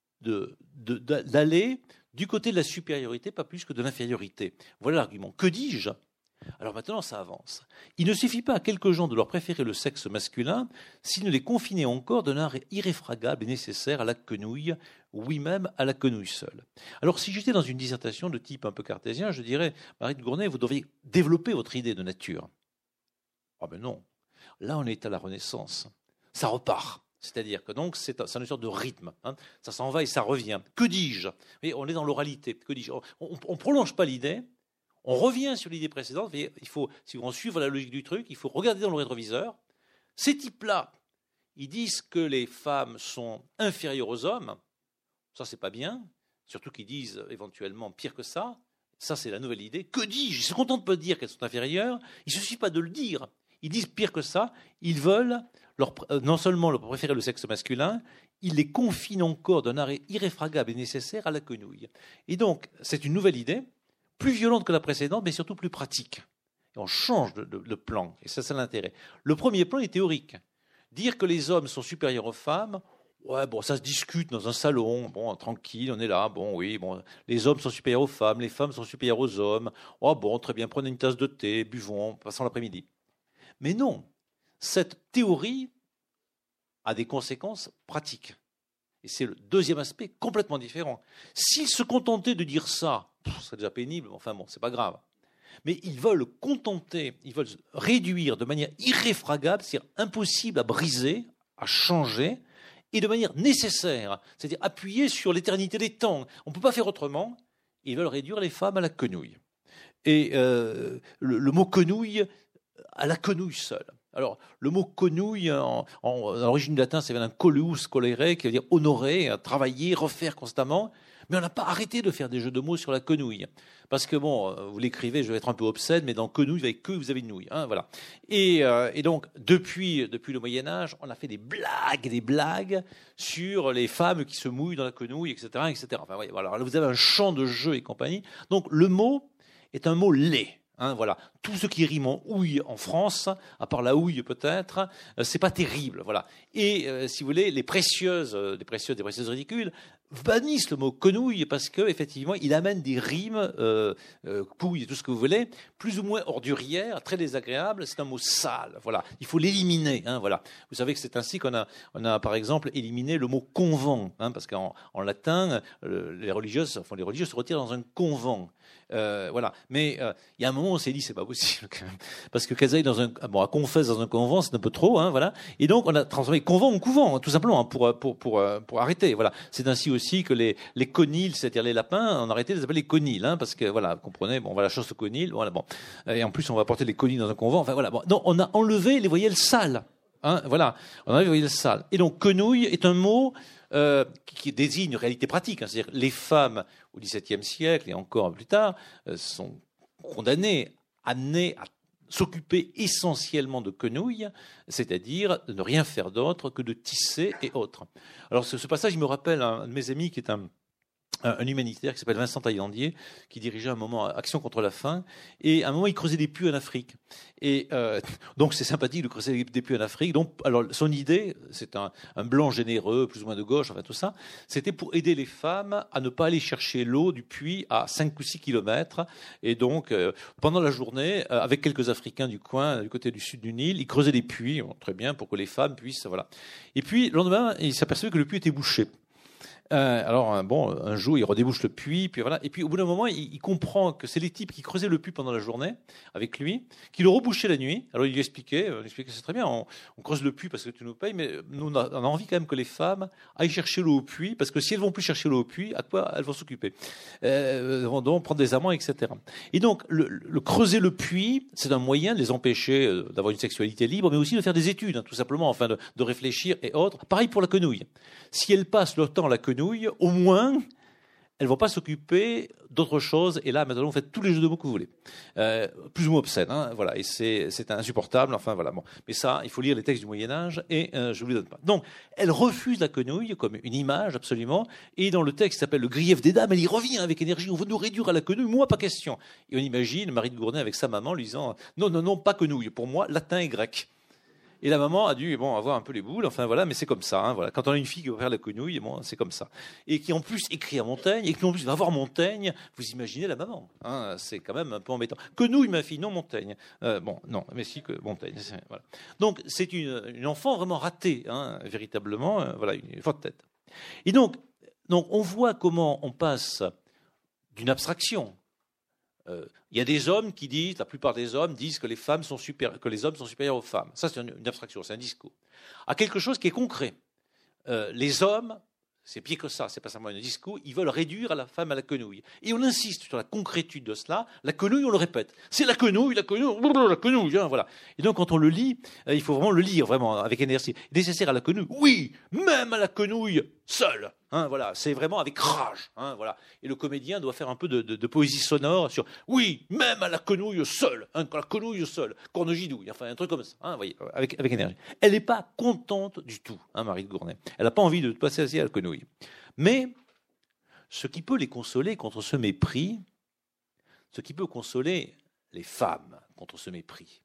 d'aller du côté de la supériorité, pas plus que de l'infériorité. Voilà l'argument. Que dis-je? Alors maintenant, ça avance. Il ne suffit pas à quelques gens de leur préférer le sexe masculin s'ils ne les confinaient encore d'un art irréfragable et nécessaire à la quenouille, oui même à la quenouille seule. Alors si j'étais dans une dissertation de type un peu cartésien, je dirais, Marie de Gournay, vous devriez développer votre idée de nature. Ah ben non. Là, on est à la Renaissance. Ça repart. C'est-à-dire que donc c'est une sorte de rythme. Ça s'en va et ça revient. Que dis-je? On est dans l'oralité. Que dis-je? On ne prolonge pas l'idée. On revient sur l'idée précédente. Il faut, si on suit la logique du truc, il faut regarder dans le rétroviseur. Ces types-là, ils disent que les femmes sont inférieures aux hommes. Ça, c'est pas bien. Surtout qu'ils disent éventuellement pire que ça. Ça, c'est la nouvelle idée. Que dis-je? Ils sont contents de ne pas dire qu'elles sont inférieures. Il ne suffit pas de le dire. Ils disent pire que ça. Ils veulent non seulement leur préférer le sexe masculin, ils les confinent encore d'un arrêt irréfragable et nécessaire à la quenouille. Et donc, c'est une nouvelle idée, plus violente que la précédente, mais surtout plus pratique. Et on change de plan, et ça, c'est l'intérêt. Le premier plan est théorique. Dire que les hommes sont supérieurs aux femmes, ouais, bon, ça se discute dans un salon, bon, tranquille, on est là, bon, oui, bon, les hommes sont supérieurs aux femmes, les femmes sont supérieures aux hommes, oh bon, très bien, prenez une tasse de thé, buvons, passons l'après-midi. Mais non, cette théorie a des conséquences pratiques. Et c'est le deuxième aspect complètement différent. S'ils se contentaient de dire ça, ce serait déjà pénible, enfin bon, c'est pas grave. Mais ils veulent réduire de manière irréfragable, c'est-à-dire impossible à briser, à changer, et de manière nécessaire, c'est-à-dire appuyer sur l'éternité des temps. On ne peut pas faire autrement. Ils veulent réduire les femmes à la quenouille. Et le mot quenouille, à la quenouille seule. Alors, le mot quenouille, à l'origine du latin, ça vient d'un coleus colere, qui veut dire honorer, travailler, refaire constamment. Mais on n'a pas arrêté de faire des jeux de mots sur la quenouille. Parce que, bon, vous l'écrivez, je vais être un peu obscène, mais dans quenouille, avec que vous avez une nouille. Voilà. Et donc, depuis le Moyen-Âge, on a fait des blagues sur les femmes qui se mouillent dans la quenouille, etc., etc. Enfin, voilà. Alors, vous avez un champ de jeu et compagnie. Donc, le mot est un mot laid. Voilà. Tout ce qui rime en houille en France, à part la houille peut-être, c'est pas terrible. Voilà. Et si vous voulez, des précieuses ridicules bannissent le mot quenouille parce que effectivement, il amène des rimes, couille, tout ce que vous voulez, plus ou moins ordurières, très désagréables. C'est un mot sale. Voilà. Il faut l'éliminer. Voilà. Vous savez que c'est ainsi qu'on a par exemple éliminé le mot convent, parce qu'en latin, les religieux se retirent dans un convent. Voilà. Mais il y a un moment où on s'est dit, c'est pas possible quand même, parce que qu'elles aillent à confesse dans un convent, c'est un peu trop, hein, voilà. Et donc on a transformé convent en couvent, hein, tout simplement, hein, pour arrêter. Voilà. C'est ainsi aussi que les conils, c'est-à-dire les lapins, on a arrêté de les appeler les conils, hein, parce que voilà, vous comprenez, bon, on va la chasse au conil, voilà, bon. Et en plus, on va porter les conils dans un convent. Enfin voilà. Bon. Donc on a enlevé les voyelles sales. Hein, voilà, on a enlevé les voyelles sales. Et donc quenouille est un mot qui désigne une réalité pratique. Hein, c'est-à-dire les femmes au XVIIe siècle et encore plus tard sont condamnées, amenées à s'occuper essentiellement de quenouilles, c'est-à-dire de ne rien faire d'autre que de tisser et autres. Alors ce passage, il me rappelle un de mes amis qui est un humanitaire qui s'appelle Vincent Taillandier, qui dirigeait un moment Action contre la faim, et à un moment il creusait des puits en Afrique. Et donc c'est sympathique de creuser des puits en Afrique. Donc alors son idée, c'est un blanc généreux, plus ou moins de gauche, enfin tout ça, c'était pour aider les femmes à ne pas aller chercher l'eau du puits à 5 ou 6 kilomètres. Et donc pendant la journée, avec quelques Africains du coin, du côté du sud du Nil, ils creusaient des puits, bon, très bien, pour que les femmes puissent, voilà. Et puis le lendemain, il s'apercevait que le puits était bouché. Alors bon, un jour il redébouche le puits, puis voilà. Et puis au bout d'un moment, il comprend que c'est les types qui creusaient le puits pendant la journée avec lui, qui le rebouchaient la nuit. Alors il lui expliquait c'est très bien, on creuse le puits parce que tu nous payes, mais nous on a envie quand même que les femmes aillent chercher l'eau au puits, parce que si elles vont plus chercher l'eau au puits, à quoi elles vont s'occuper, vont donc prendre des amants, etc. Et donc le creuser le puits, c'est un moyen de les empêcher d'avoir une sexualité libre, mais aussi de faire des études, hein, tout simplement, enfin de réfléchir et autres. Pareil pour la quenouille. Si elles passent leur temps à la quenouille, au moins, elles ne vont pas s'occuper d'autre chose. Et là, maintenant, vous faites tous les jeux de mots que vous voulez. Plus ou moins obscènes. Hein, voilà, et c'est insupportable. Enfin, voilà. Bon. Mais ça, il faut lire les textes du Moyen-Âge et je ne vous les donne pas. Donc, elle refuse la quenouille comme une image, absolument. Et dans le texte qui s'appelle Le grief des dames, elle y revient avec énergie. On veut nous réduire à la quenouille. Moi, pas question. Et on imagine Marie de Gournay avec sa maman lui disant non, non, non, pas quenouille. Pour moi, latin et grec. Et la maman a dû avoir un peu les boules, enfin voilà, mais c'est comme ça. Hein, voilà. Quand on a une fille qui va faire la quenouille, bon, c'est comme ça. Et qui en plus écrit à Montaigne, et qui en plus va voir Montaigne, vous imaginez la maman. Hein, c'est quand même un peu embêtant. Quenouille, ma fille, non Montaigne. Bon, non, mais si que Montaigne. Voilà. Donc c'est une enfant vraiment ratée, hein, véritablement, voilà, une forte tête. Et donc on voit comment on passe d'une abstraction. Il y a des hommes qui disent, la plupart des hommes disent que les hommes sont supérieurs aux femmes. Ça, c'est une abstraction, c'est un discours. À quelque chose qui est concret. Les hommes, c'est pire que ça, c'est pas seulement un discours, ils veulent réduire la femme à la quenouille. Et on insiste sur la concrétude de cela. La quenouille, on le répète. C'est la quenouille, la quenouille, hein, voilà. Et donc, quand on le lit, il faut vraiment le lire, vraiment, avec énergie. Nécessaire à la quenouille, oui, même à la quenouille, seule. Hein, voilà, c'est vraiment avec rage. Hein, voilà. Et le comédien doit faire un peu de poésie sonore sur oui, même à la quenouille seule, hein, la quenouille seule, cornegidouille, enfin un truc comme ça, hein, voyez, avec énergie. Elle n'est pas contente du tout, hein, Marie de Gournay. Elle n'a pas envie de passer à la quenouille. Mais ce qui peut les consoler contre ce mépris, ce qui peut consoler les femmes contre ce mépris,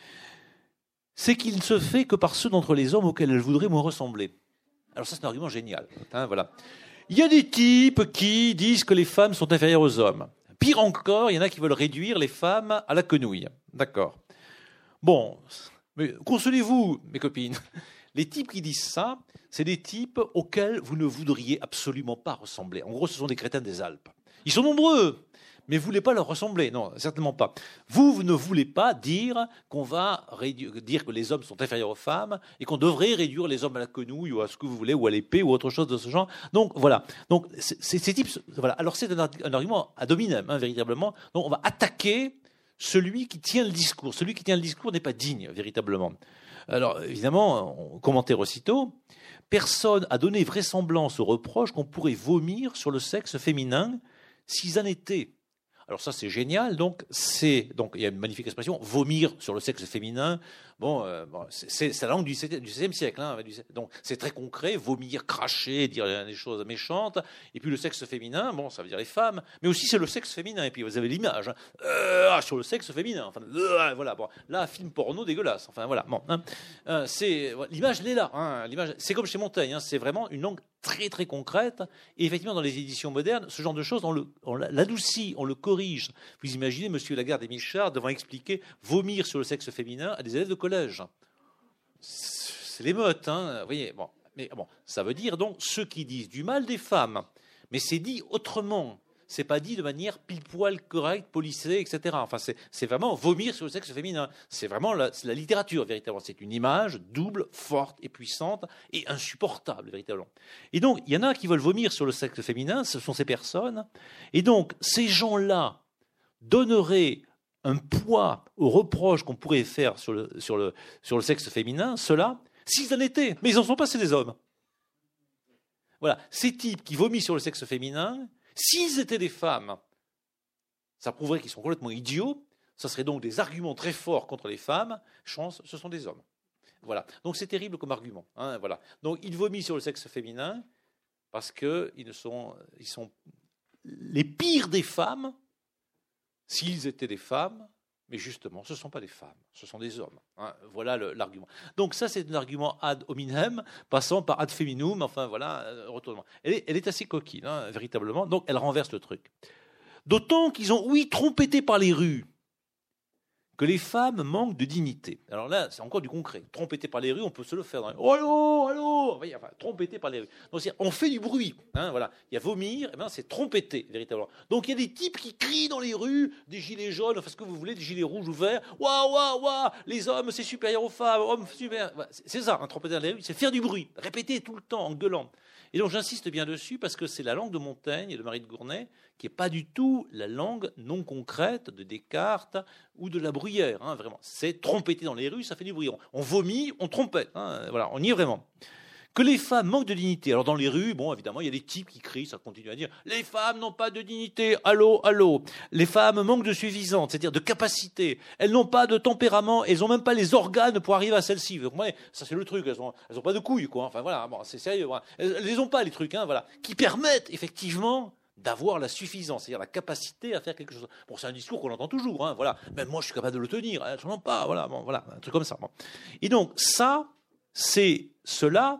c'est qu'il ne se fait que par ceux d'entre les hommes auxquels elles voudraient moins ressembler. Alors ça, c'est un argument génial. Hein, voilà. Il y a des types qui disent que les femmes sont inférieures aux hommes. Pire encore, il y en a qui veulent réduire les femmes à la quenouille. D'accord. Bon, mais consolez-vous, mes copines. Les types qui disent ça, c'est des types auxquels vous ne voudriez absolument pas ressembler. En gros, ce sont des crétins des Alpes. Ils sont nombreux, mais vous ne voulez pas leur ressembler. Non, certainement pas. Vous ne voulez pas dire qu'on va dire que les hommes sont inférieurs aux femmes et qu'on devrait réduire les hommes à la quenouille ou à ce que vous voulez, ou à l'épée, ou autre chose de ce genre. Donc, voilà. Donc, ces types, voilà. Alors, c'est un argument ad hominem, hein, véritablement. Donc, on va attaquer celui qui tient le discours. Celui qui tient le discours n'est pas digne, véritablement. Alors, évidemment, commentaire aussitôt, personne n'a donné vraisemblance au reproche qu'on pourrait vomir sur le sexe féminin s'ils en étaient. Alors ça, c'est génial. Donc il y a une magnifique expression, vomir sur le sexe féminin. Bon, c'est la langue du XVIe siècle. Hein, donc c'est très concret, vomir, cracher, dire des choses méchantes. Et puis le sexe féminin, bon, ça veut dire les femmes, mais aussi c'est le sexe féminin. Et puis vous avez l'image sur le sexe féminin. Enfin, voilà. Bon, là, film porno dégueulasse. Enfin voilà. Bon, hein, l'image, elle est là. Hein, l'image, c'est comme chez Montaigne. Hein, c'est vraiment une langue très très concrète. Et effectivement, dans les éditions modernes, ce genre de choses, on l'adoucit, on le corrige. Vous imaginez Monsieur Lagarde et Michard devant expliquer vomir sur le sexe féminin à des élèves de collège. C'est l'émeute, hein. Vous voyez, bon, mais bon, ça veut dire donc ceux qui disent du mal des femmes, mais c'est dit autrement. c'est pas dit de manière pile-poil correcte, policée, etc. Enfin, c'est vraiment vomir sur le sexe féminin. C'est vraiment c'est la littérature, véritablement. C'est une image double, forte et puissante et insupportable, véritablement. Et donc, il y en a qui veulent vomir sur le sexe féminin, ce sont ces personnes. Et donc, ces gens-là donneraient un poids aux reproches qu'on pourrait faire sur le sexe féminin, ceux-là, s'ils en étaient. Mais ils n'en sont pas, c'est des hommes. Voilà, ces types qui vomissent sur le sexe féminin, s'ils étaient des femmes, ça prouverait qu'ils sont complètement idiots, ça serait donc des arguments très forts contre les femmes, chance, ce sont des hommes. Voilà, donc c'est terrible comme argument. Hein, voilà. Donc ils vomissent sur le sexe féminin parce qu'ils sont les pires des femmes, s'ils étaient des femmes, mais justement, ce ne sont pas des femmes, ce sont des hommes. Hein, voilà l'argument. Donc ça, c'est un argument ad hominem, passant par ad feminum, enfin voilà, retournement. Elle est assez coquine, hein, véritablement, donc elle renverse le truc. D'autant qu'ils ont, oui, trompetté par les rues, que les femmes manquent de dignité. Alors là, c'est encore du concret. Trompetté par les rues, on peut se le faire. Oh, allô, allô, enfin, trompetté par les rues. Donc, on fait du bruit. Hein, voilà. Il y a vomir, et ben, c'est trompetté, véritablement. Donc, il y a des types qui crient dans les rues, des gilets jaunes, enfin, ce que vous voulez, des gilets rouges ou verts. Waouh, waouh, waouh, les hommes, c'est supérieur aux femmes, hommes, super. Voilà, c'est ça, trompetté dans les rues, c'est faire du bruit, répéter tout le temps, en gueulant. Et donc, j'insiste bien dessus parce que c'est la langue de Montaigne et de Marie de Gournay qui n'est pas du tout la langue non concrète de Descartes ou de La Bruyère. Hein, vraiment, c'est trompeter dans les rues, ça fait du bruit. On vomit, on trompette. Hein, voilà, on y est vraiment. Que les femmes manquent de dignité. Alors dans les rues, bon, évidemment, il y a des types qui crient, ça continue à dire « Les femmes n'ont pas de dignité, allô, allô ». Les femmes manquent de suffisance, c'est-à-dire de capacité. Elles n'ont pas de tempérament, elles n'ont même pas les organes pour arriver à celle-ci. Vous comprenez ? Ça, c'est le truc, elles ont pas de couilles, quoi. Enfin, voilà, bon, c'est sérieux. Voilà. Elles les ont pas, les trucs, hein, voilà, qui permettent, effectivement, d'avoir la suffisance, c'est-à-dire la capacité à faire quelque chose. Bon, c'est un discours qu'on entend toujours, hein, voilà. Même moi, je suis capable de le tenir, elles n'en ont pas, voilà, bon, voilà, un truc comme ça. Bon. Et donc, ça, c'est cela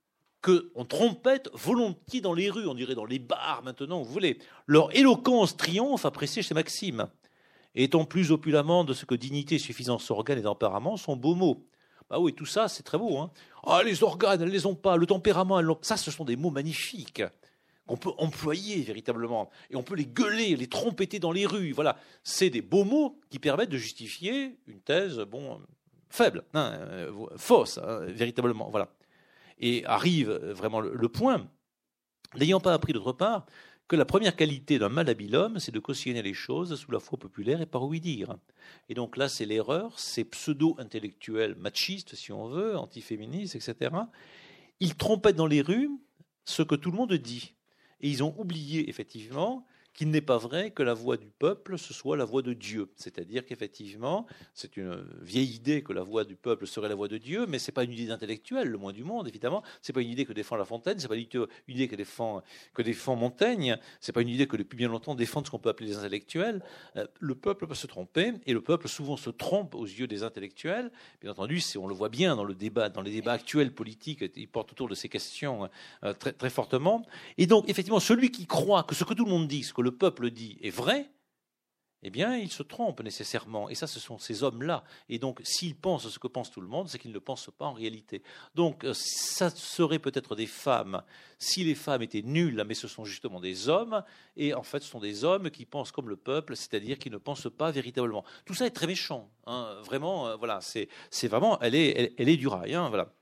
qu'on trompette volontiers dans les rues, on dirait dans les bars maintenant, vous voulez. Leur éloquence triomphe appréciée chez Maxime. Étant plus opulemment de ce que dignité, suffisance, organes et tempérament sont beaux mots. Bah oui, tout ça, c'est très beau. Hein. Ah, les organes, elles ne les ont pas. Le tempérament, elles l'ont. Ça, ce sont des mots magnifiques qu'on peut employer véritablement. Et on peut les gueuler, les trompeter dans les rues. Voilà. C'est des beaux mots qui permettent de justifier une thèse, bon, faible, hein, fausse, hein, véritablement. Voilà. Et arrive vraiment le point, n'ayant pas appris d'autre part que la première qualité d'un mal habile homme, c'est de cautionner les choses sous la foi populaire et par ouï-dire. Et donc là, c'est l'erreur, c'est pseudo-intellectuel machiste, si on veut, antiféministe, etc. Ils trompettent dans les rues ce que tout le monde dit. Et ils ont oublié, effectivement, qu'il n'est pas vrai que la voix du peuple, ce soit la voix de Dieu. C'est-à-dire qu'effectivement, c'est une vieille idée que la voix du peuple serait la voix de Dieu, mais ce n'est pas une idée d'intellectuel, le moins du monde, évidemment. Ce n'est pas une idée que défend La Fontaine, ce n'est pas une idée que défend Montaigne, ce n'est pas une idée que depuis bien longtemps défendent ce qu'on peut appeler les intellectuels. Le peuple peut se tromper, et le peuple souvent se trompe aux yeux des intellectuels. Bien entendu, on le voit bien dans les débats actuels politiques, ils portent autour de ces questions très, très fortement. Et donc, effectivement, celui qui croit que ce que tout le monde dit, ce que le peuple dit est vrai, eh bien, il se trompe nécessairement. Et ça, ce sont ces hommes-là. Et donc, s'ils pensent ce que pense tout le monde, c'est qu'ils ne le pensent pas en réalité. Donc, ça serait peut-être des femmes, si les femmes étaient nulles, mais ce sont justement des hommes. Et en fait, ce sont des hommes qui pensent comme le peuple, c'est-à-dire qui ne pensent pas véritablement. Tout ça est très méchant. Hein. Vraiment, voilà, c'est vraiment, elle est du rail. Hein, voilà.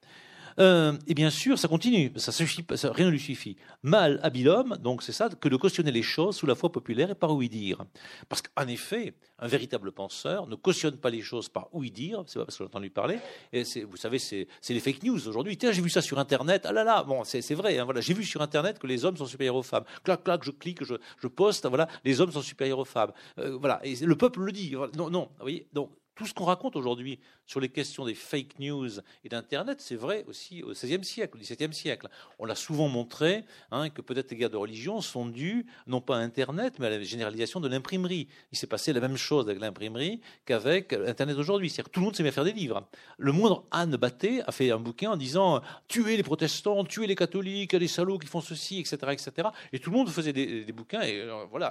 Et bien sûr, ça continue, rien ne lui suffit. Mal habile homme, donc c'est ça, que de cautionner les choses sous la foi populaire et par ouï-dire. Parce qu'en effet, un véritable penseur ne cautionne pas les choses par ouï-dire, c'est pas parce qu'on a entendu parler, et vous savez, c'est les fake news aujourd'hui. Tiens, j'ai vu ça sur Internet, ah là là, bon, c'est vrai, hein, voilà, j'ai vu sur Internet que les hommes sont supérieurs aux femmes. Clac, clac, je clique, je poste, voilà, les hommes sont supérieurs aux femmes. Voilà, et le peuple le dit. Non, non, vous voyez, donc, tout ce qu'on raconte aujourd'hui sur les questions des fake news et d'Internet, c'est vrai aussi au XVIe siècle, au XVIIe siècle. On l'a souvent montré hein, que peut-être les guerres de religion sont dues non pas à Internet, mais à la généralisation de l'imprimerie. Il s'est passé la même chose avec l'imprimerie qu'avec Internet aujourd'hui. C'est-à-dire que tout le monde s'est mis à faire des livres. Le moindre Anne Batté a fait un bouquin en disant « Tuez les protestants, tuez les catholiques, il y a des salauds qui font ceci, etc. etc. » Et tout le monde faisait des bouquins. Et voilà.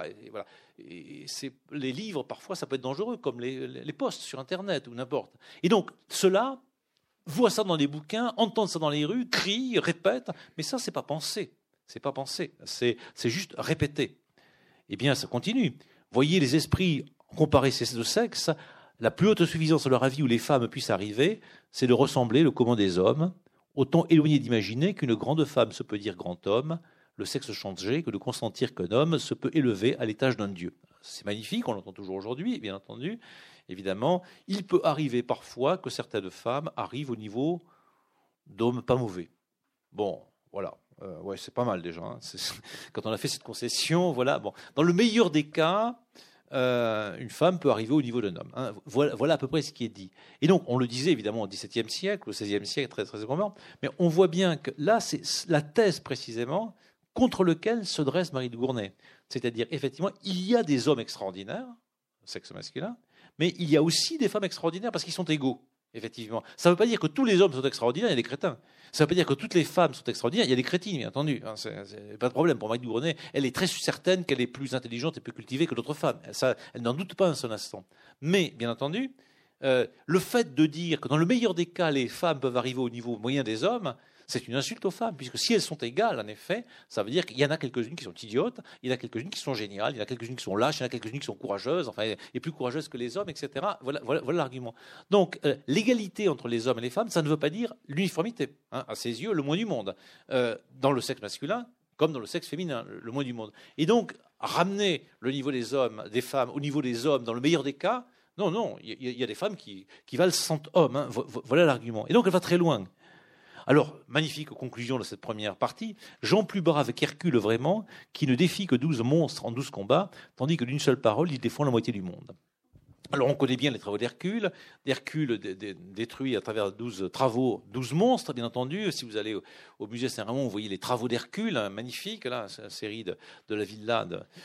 Et les livres, parfois, ça peut être dangereux, comme les posts sur Internet ou n'importe. Et donc, ceux-là voient ça dans les bouquins, entendent ça dans les rues, crient, répètent, mais ça, c'est pas pensé. C'est pas pensé. C'est juste répété. eh bien, ça continue. Voyez les esprits comparer ces deux sexes, la plus haute suffisance de leur avis où les femmes puissent arriver, c'est de ressembler le commun des hommes, autant éloigné d'imaginer qu'une grande femme se peut dire grand homme, le sexe changé, que de consentir qu'un homme se peut élever à l'étage d'un dieu. C'est magnifique, on l'entend toujours aujourd'hui, bien entendu. Évidemment, il peut arriver parfois que certaines femmes arrivent au niveau d'hommes pas mauvais. Bon, voilà. Ouais, c'est pas mal déjà. Hein. Quand on a fait cette concession, voilà. Bon, dans le meilleur des cas, une femme peut arriver au niveau d'un homme. Hein. Voilà à peu près ce qui est dit. Et donc, on le disait évidemment au XVIIe siècle, au XVIe siècle, très très moment, mais on voit bien que là, c'est la thèse précisément contre laquelle se dresse Marie de Gournay. C'est-à-dire, effectivement, il y a des hommes extraordinaires, sexe masculin, mais il y a aussi des femmes extraordinaires parce qu'ils sont égaux. Effectivement. Ça ne veut pas dire que tous les hommes sont extraordinaires, il y a des crétins. Ça ne veut pas dire que toutes les femmes sont extraordinaires, il y a des crétines, bien entendu. C'est pas de problème. Pour Marie de Gournay, elle est très certaine qu'elle est plus intelligente et plus cultivée que d'autres femmes. Ça, elle n'en doute pas un seul instant. Mais, bien entendu, le fait de dire que dans le meilleur des cas, les femmes peuvent arriver au niveau moyen des hommes, c'est une insulte aux femmes, puisque si elles sont égales, en effet, ça veut dire qu'il y en a quelques-unes qui sont idiotes, il y en a quelques-unes qui sont géniales, il y en a quelques-unes qui sont lâches, il y en a quelques-unes qui sont courageuses, enfin, et plus courageuses que les hommes, etc. Voilà l'argument. Donc, l'égalité entre les hommes et les femmes, ça ne veut pas dire l'uniformité. Hein, à ses yeux, le moins du monde. Dans le sexe masculin, comme dans le sexe féminin, le moins du monde. Et donc, ramener le niveau des hommes, des femmes, au niveau des hommes, dans le meilleur des cas, non, il y a des femmes qui valent 100 hommes. Hein, voilà l'argument. Et donc, elle va très loin. Alors, magnifique conclusion de cette première partie, Jean plus brave qu'Hercule vraiment, qui ne défie que 12 monstres en 12 combats, tandis que d'une seule parole, il défend la moitié du monde. Alors, on connaît bien les travaux d'Hercule. Hercule détruit à travers 12 travaux, 12 monstres, bien entendu. Si vous allez au musée Saint-Raymond, vous voyez les travaux d'Hercule, hein, magnifiques, là, c'est la série de la villa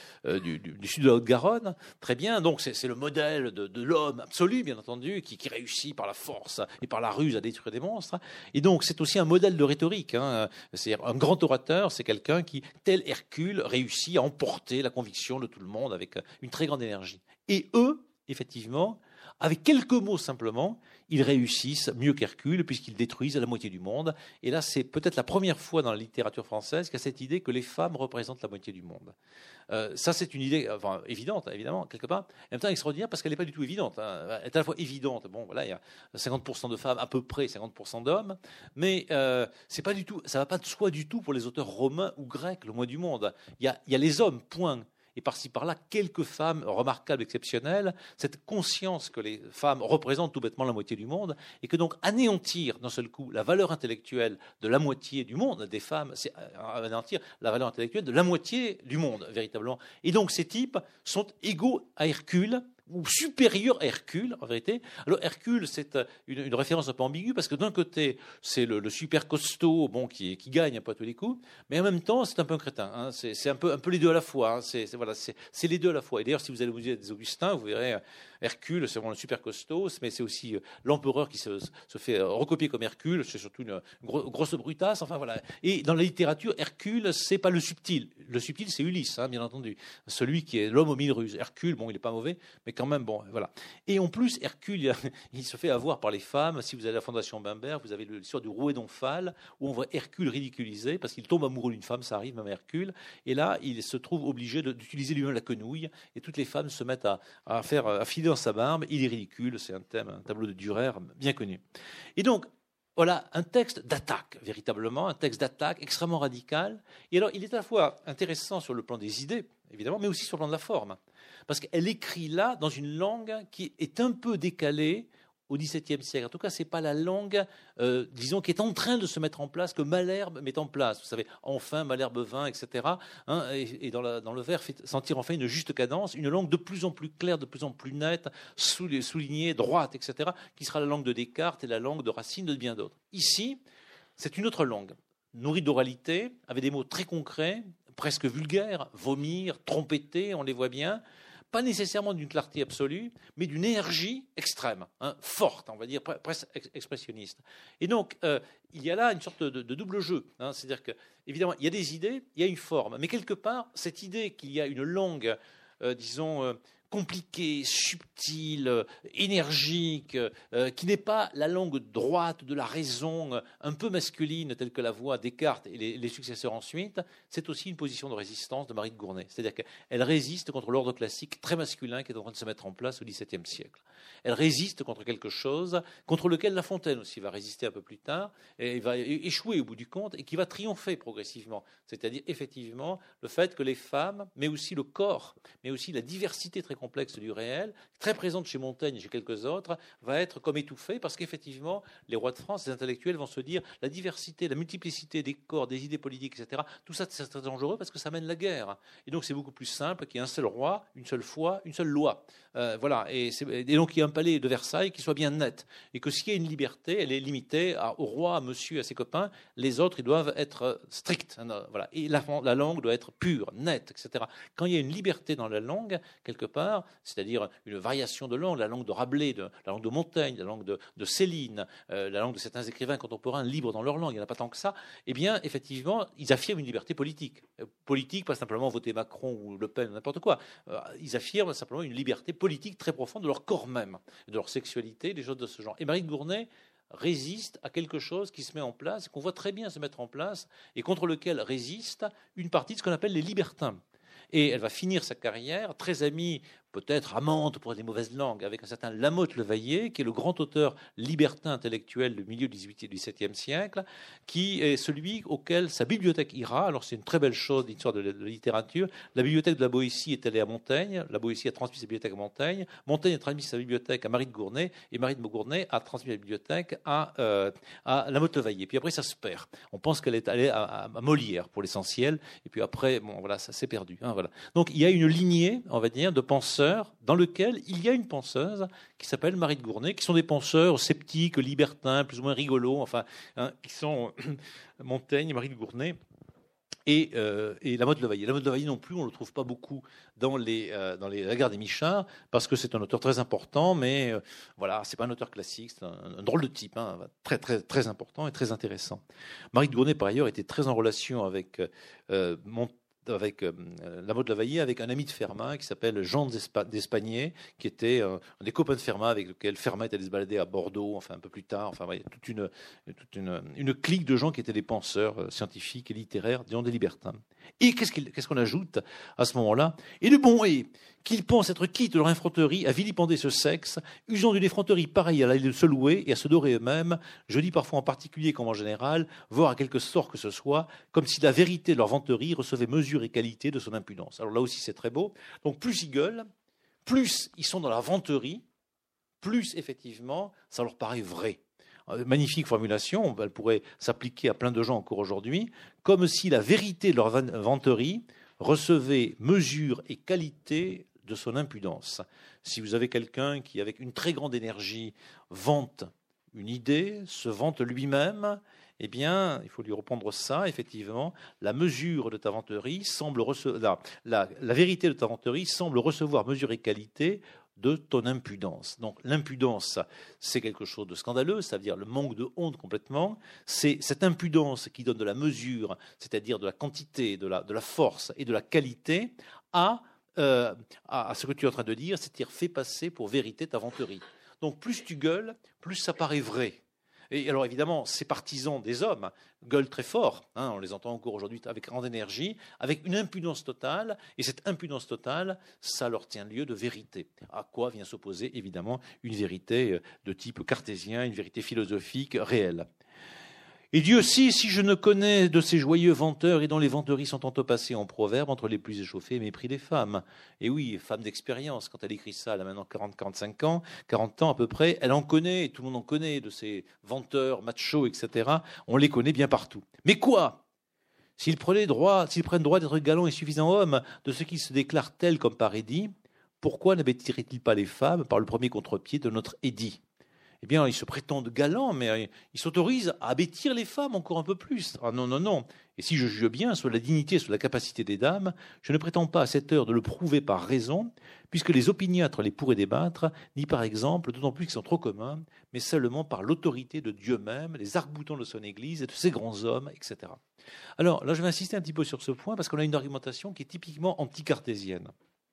du sud de la Haute-Garonne. Très bien, donc c'est le modèle de l'homme absolu, bien entendu, qui réussit par la force et par la ruse à détruire des monstres. Et donc, c'est aussi un modèle de rhétorique. Hein. C'est-à-dire, un grand orateur, c'est quelqu'un qui, tel Hercule, réussit à emporter la conviction de tout le monde avec une très grande énergie. Et eux, effectivement, avec quelques mots simplement, ils réussissent mieux qu'Hercule puisqu'ils détruisent la moitié du monde. Et là, c'est peut-être la première fois dans la littérature française qu'il y a cette idée que les femmes représentent la moitié du monde. Ça, c'est une idée évidente, évidemment, quelque part, et en même temps extraordinaire parce qu'elle n'est pas du tout évidente. Hein. Elle est à la fois évidente. Bon, voilà, il y a 50% de femmes, à peu près 50% d'hommes, mais c'est pas du tout, ça ne va pas de soi du tout pour les auteurs romains ou grecs, le moins du monde. Il y a les hommes, point. Et par-ci par-là, quelques femmes remarquables, exceptionnelles, cette conscience que les femmes représentent tout bêtement la moitié du monde, et que donc anéantir d'un seul coup la valeur intellectuelle de la moitié du monde des femmes, c'est anéantir la valeur intellectuelle de la moitié du monde, véritablement. Et donc ces types sont égaux à Hercule, ou supérieur à Hercule, en vérité. Alors Hercule, c'est une référence un peu ambiguë, parce que d'un côté, c'est le super costaud qui gagne un peu à tous les coups, mais en même temps, c'est un peu un crétin. Hein. C'est un peu les deux à la fois. Hein. C'est les deux à la fois. Et d'ailleurs, si vous allez au musée des Augustins, vous verrez Hercule, c'est vraiment le super costaud, mais c'est aussi l'empereur qui se fait recopier comme Hercule, c'est surtout une grosse brutasse, enfin voilà. Et dans la littérature, Hercule, c'est pas le subtil. Le subtil, c'est Ulysse, hein, bien entendu. Celui qui est l'homme aux mille ruses. Hercule, bon, il n'est pas mauvais, mais quand même, bon, voilà. Et en plus, Hercule, il se fait avoir par les femmes. Si vous allez à la Fondation Bimbert, vous avez l'histoire du rouet d'Omphale, où on voit Hercule ridiculisé, parce qu'il tombe amoureux d'une femme, ça arrive même à Hercule, et là, il se trouve obligé d'utiliser lui-même la quenouille, et toutes les femmes se mettent à filer dans sa barbe. Il est ridicule, c'est un tableau de Dürer bien connu. Et donc, voilà, un texte d'attaque, véritablement, un texte d'attaque extrêmement radical. Et alors, il est à la fois intéressant sur le plan des idées, évidemment, mais aussi sur le plan de la forme. Parce qu'elle écrit là dans une langue qui est un peu décalée au XVIIe siècle. En tout cas, ce n'est pas la langue, disons, qui est en train de se mettre en place, que Malherbe met en place. Vous savez, enfin, Malherbe vint, etc. Hein, et dans le vers, fait sentir enfin une juste cadence, une langue de plus en plus claire, de plus en plus nette, soulignée, droite, etc., qui sera la langue de Descartes et la langue de Racine, de bien d'autres. Ici, c'est une autre langue, nourrie d'oralité, avec des mots très concrets, presque vulgaires, vomir, trompeter, on les voit bien, pas nécessairement d'une clarté absolue, mais d'une énergie extrême, hein, forte, on va dire, presque expressionniste. Et donc, il y a là une sorte de double jeu. Hein, c'est-à-dire qu'évidemment, il y a des idées, il y a une forme, mais quelque part, cette idée qu'il y a une langue, disons, compliquée, subtile, énergique, qui n'est pas la langue droite de la raison, un peu masculine, telle que la voix Descartes et les successeurs ensuite, c'est aussi une position de résistance de Marie de Gournay. C'est-à-dire qu'elle résiste contre l'ordre classique très masculin qui est en train de se mettre en place au XVIIe siècle. Elle résiste contre quelque chose contre lequel La Fontaine aussi va résister un peu plus tard, et va échouer au bout du compte, et qui va triompher progressivement. C'est-à-dire effectivement le fait que les femmes, mais aussi le corps, mais aussi la diversité très complexe du réel, très présente chez Montaigne et chez quelques autres, va être comme étouffée, parce qu'effectivement, les rois de France, les intellectuels vont se dire la diversité, la multiplicité des corps, des idées politiques, etc., tout ça, c'est très dangereux parce que ça mène la guerre. Et donc, c'est beaucoup plus simple qu'il y ait un seul roi, une seule foi, une seule loi. Voilà. Et donc, il y a un palais de Versailles qui soit bien net. Et que s'il y a une liberté, elle est limitée au roi, à monsieur, à ses copains. Les autres, ils doivent être stricts. Voilà. Et la langue doit être pure, nette, etc. Quand il y a une liberté dans la langue, quelque part, c'est-à-dire une variation de langue, la langue de Rabelais, la langue de Montaigne, la langue de Céline, la langue de certains écrivains contemporains libres dans leur langue, il n'y en a pas tant que ça, eh bien, effectivement, ils affirment une liberté politique. Politique, pas simplement voter Macron ou Le Pen ou n'importe quoi. Ils affirment simplement une liberté politique très profonde de leur corps même, de leur sexualité, des choses de ce genre. Et Marie de Gournay résiste à quelque chose qui se met en place, qu'on voit très bien se mettre en place, et contre lequel résiste une partie de ce qu'on appelle les libertins. Et elle va finir sa carrière très amie, peut-être amante pour les mauvaises langues, avec un certain Lamotte-Levaillé, qui est le grand auteur libertin intellectuel du milieu du XVIIIe et du XVIIe siècle, qui est celui auquel sa bibliothèque ira. Alors c'est une très belle chose d'histoire de littérature. La bibliothèque de la Boétie est allée à Montaigne, la Boétie a transmis sa bibliothèque à Montaigne, Montaigne a transmis sa bibliothèque à Marie de Gournay, et Marie de Gournay a transmis la bibliothèque à Lamotte-Levaillé. Puis après ça se perd. On pense qu'elle est allée à Molière pour l'essentiel, et puis après, bon voilà, ça s'est perdu. Hein, voilà. Donc il y a une lignée, on va dire, de penseurs dans lequel il y a une penseuse qui s'appelle Marie de Gournay, qui sont des penseurs sceptiques, libertins, plus ou moins rigolos, enfin, hein, qui sont Montaigne, Marie de Gournay et Lamotte-Levaillé. Lamotte-Levaillé non plus, on ne le trouve pas beaucoup dans la guerre des Michards, parce que c'est un auteur très important, mais voilà, c'est pas un auteur classique, c'est un drôle de type, hein, très, très, très important et très intéressant. Marie de Gournay, par ailleurs, était très en relation avec Lamotte-Levaillé, avec un ami de Fermat qui s'appelle Jean d'Espagné, qui était un des copains de Fermat, avec lequel Fermat est allé se balader à Bordeaux, enfin un peu plus tard. Enfin, toute une clique de gens qui étaient des penseurs scientifiques et littéraires, disons des libertins. Et qu'est-ce qu'on ajoute à ce moment-là? Et le bon est qu'ils pensent être quittes de leur effronterie à vilipender ce sexe, usant d'une effronterie pareille à la de se louer et à se dorer eux-mêmes, je dis parfois en particulier comme en général, voire à quelque sort que ce soit, comme si la vérité de leur vanterie recevait mesure et qualité de son impudence. Alors là aussi c'est très beau. Donc plus ils gueulent, plus ils sont dans la vanterie, plus effectivement ça leur paraît vrai. Magnifique formulation, elle pourrait s'appliquer à plein de gens encore aujourd'hui, comme si la vérité de leur vanterie recevait mesure et qualité de son impudence. Si vous avez quelqu'un qui, avec une très grande énergie, vante une idée, se vante lui-même, eh bien, il faut lui répondre ça, effectivement, la mesure de ta vanterie semble la vérité de ta vanterie semble recevoir mesure et qualité de ton impudence. Donc l'impudence, c'est quelque chose de scandaleux, ça veut dire le manque de honte complètement. C'est cette impudence qui donne de la mesure, c'est-à-dire de la quantité, de la force et de la qualité à ce que tu es en train de dire, c'est-à-dire fais passer pour vérité ta vanterie. Donc plus tu gueules, plus ça paraît vrai. Et alors évidemment, ces partisans des hommes gueulent très fort, hein, on les entend encore aujourd'hui avec grande énergie, avec une impudence totale, et cette impudence totale, ça leur tient lieu de vérité. À quoi vient s'opposer évidemment une vérité de type cartésien, une vérité philosophique réelle. Et Dieu sait si je ne connais de ces joyeux vanteurs et dont les vanteries sont tantôt passées en proverbe entre les plus échauffés et mépris des femmes. Et oui, femme d'expérience, quand elle écrit ça, elle a maintenant 40-45 ans, 40 ans à peu près, elle en connaît, tout le monde en connaît, de ces vanteurs, machos, etc. On les connaît bien partout. Mais quoi ? S'ils prennent droit d'être galants et suffisants hommes, de ceux qui se déclarent tels comme par édit, pourquoi n'abattiraient-ils pas les femmes par le premier contre-pied de notre édit ? Eh bien, ils se prétendent galants, mais ils s'autorisent à abattir les femmes encore un peu plus. Ah non, non, non. Et si je juge bien sur la dignité, sur la capacité des dames, je ne prétends pas à cette heure de le prouver par raison, puisque les opiniâtres les pourraient débattre, ni par exemple, d'autant plus qu'ils sont trop communs, mais seulement par l'autorité de Dieu même, les arcs-boutants de son Église et de ses grands hommes, etc. Alors là, je vais insister un petit peu sur ce point, parce qu'on a une argumentation qui est typiquement anti-cartésienne.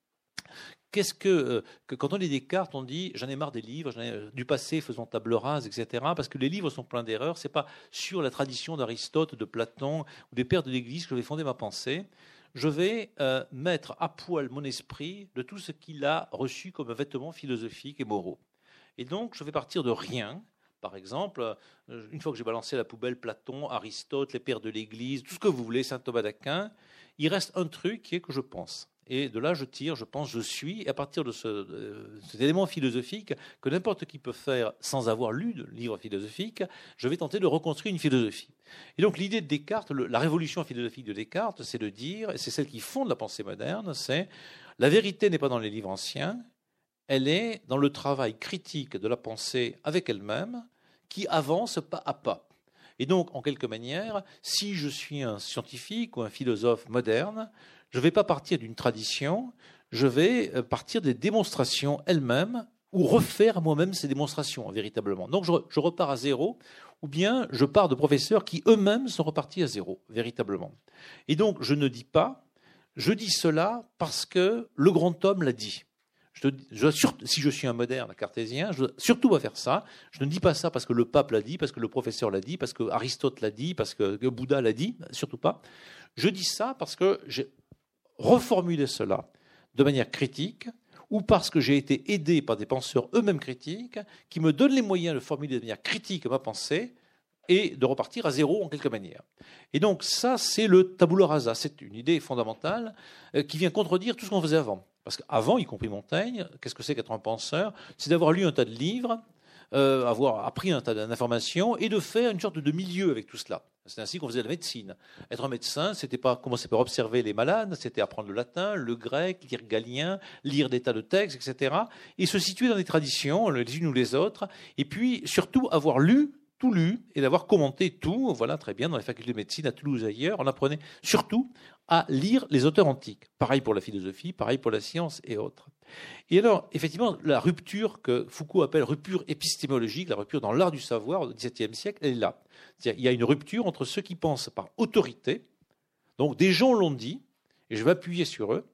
Que quand on lit Descartes, on dit j'en ai marre des livres, du passé, faisons table rase, etc. Parce que les livres sont pleins d'erreurs. C'est pas sur la tradition d'Aristote, de Platon ou des pères de l'Église que je vais fonder ma pensée. Je vais mettre à poil mon esprit de tout ce qu'il a reçu comme vêtements philosophiques et moraux. Et donc, je vais partir de rien. Par exemple, une fois que j'ai balancé à la poubelle Platon, Aristote, les pères de l'Église, tout ce que vous voulez, saint Thomas d'Aquin, il reste un truc qui est que je pense. Et de là, je tire, je pense, je suis. Et à partir de cet élément philosophique que n'importe qui peut faire sans avoir lu de livre philosophique, je vais tenter de reconstruire une philosophie. Et donc l'idée de Descartes, la révolution philosophique de Descartes, c'est de dire, et c'est celle qui fonde la pensée moderne, c'est la vérité n'est pas dans les livres anciens, elle est dans le travail critique de la pensée avec elle-même, qui avance pas à pas. Et donc, en quelque manière, si je suis un scientifique ou un philosophe moderne, je ne vais pas partir d'une tradition, je vais partir des démonstrations elles-mêmes ou refaire moi-même ces démonstrations, véritablement. Donc, je repars à zéro, ou bien je pars de professeurs qui eux-mêmes sont repartis à zéro, véritablement. Et donc, je ne dis pas, je dis cela parce que le grand homme l'a dit. Si je suis un moderne cartésien, je dois surtout pas faire ça. Je ne dis pas ça parce que le pape l'a dit, parce que le professeur l'a dit, parce que Aristote l'a dit, parce que Bouddha l'a dit, surtout pas. Je dis ça parce que j'ai reformulé cela de manière critique ou parce que j'ai été aidé par des penseurs eux-mêmes critiques qui me donnent les moyens de formuler de manière critique ma pensée et de repartir à zéro en quelque manière. Et donc ça, c'est le tabula rasa. C'est une idée fondamentale qui vient contredire tout ce qu'on faisait avant. Parce qu'avant, y compris Montaigne, qu'est-ce que c'est qu'être un penseur? C'est d'avoir lu un tas de livres, avoir appris un tas d'informations et de faire une sorte de milieu avec tout cela. C'est ainsi qu'on faisait la médecine. Être un médecin, c'était pas commencer par observer les malades, c'était apprendre le latin, le grec, lire Galien, lire des tas de textes, etc. Et se situer dans des traditions, les unes ou les autres, et puis surtout avoir tout lu et d'avoir commenté tout. Voilà, très bien, dans les facultés de médecine à Toulouse et ailleurs, on apprenait surtout à lire les auteurs antiques. Pareil pour la philosophie, pareil pour la science et autres. Et alors, effectivement, la rupture que Foucault appelle rupture épistémologique, la rupture dans l'art du savoir au XVIIe siècle, elle est là. C'est-à-dire, il y a une rupture entre ceux qui pensent par autorité, donc des gens l'ont dit, et je vais appuyer sur eux,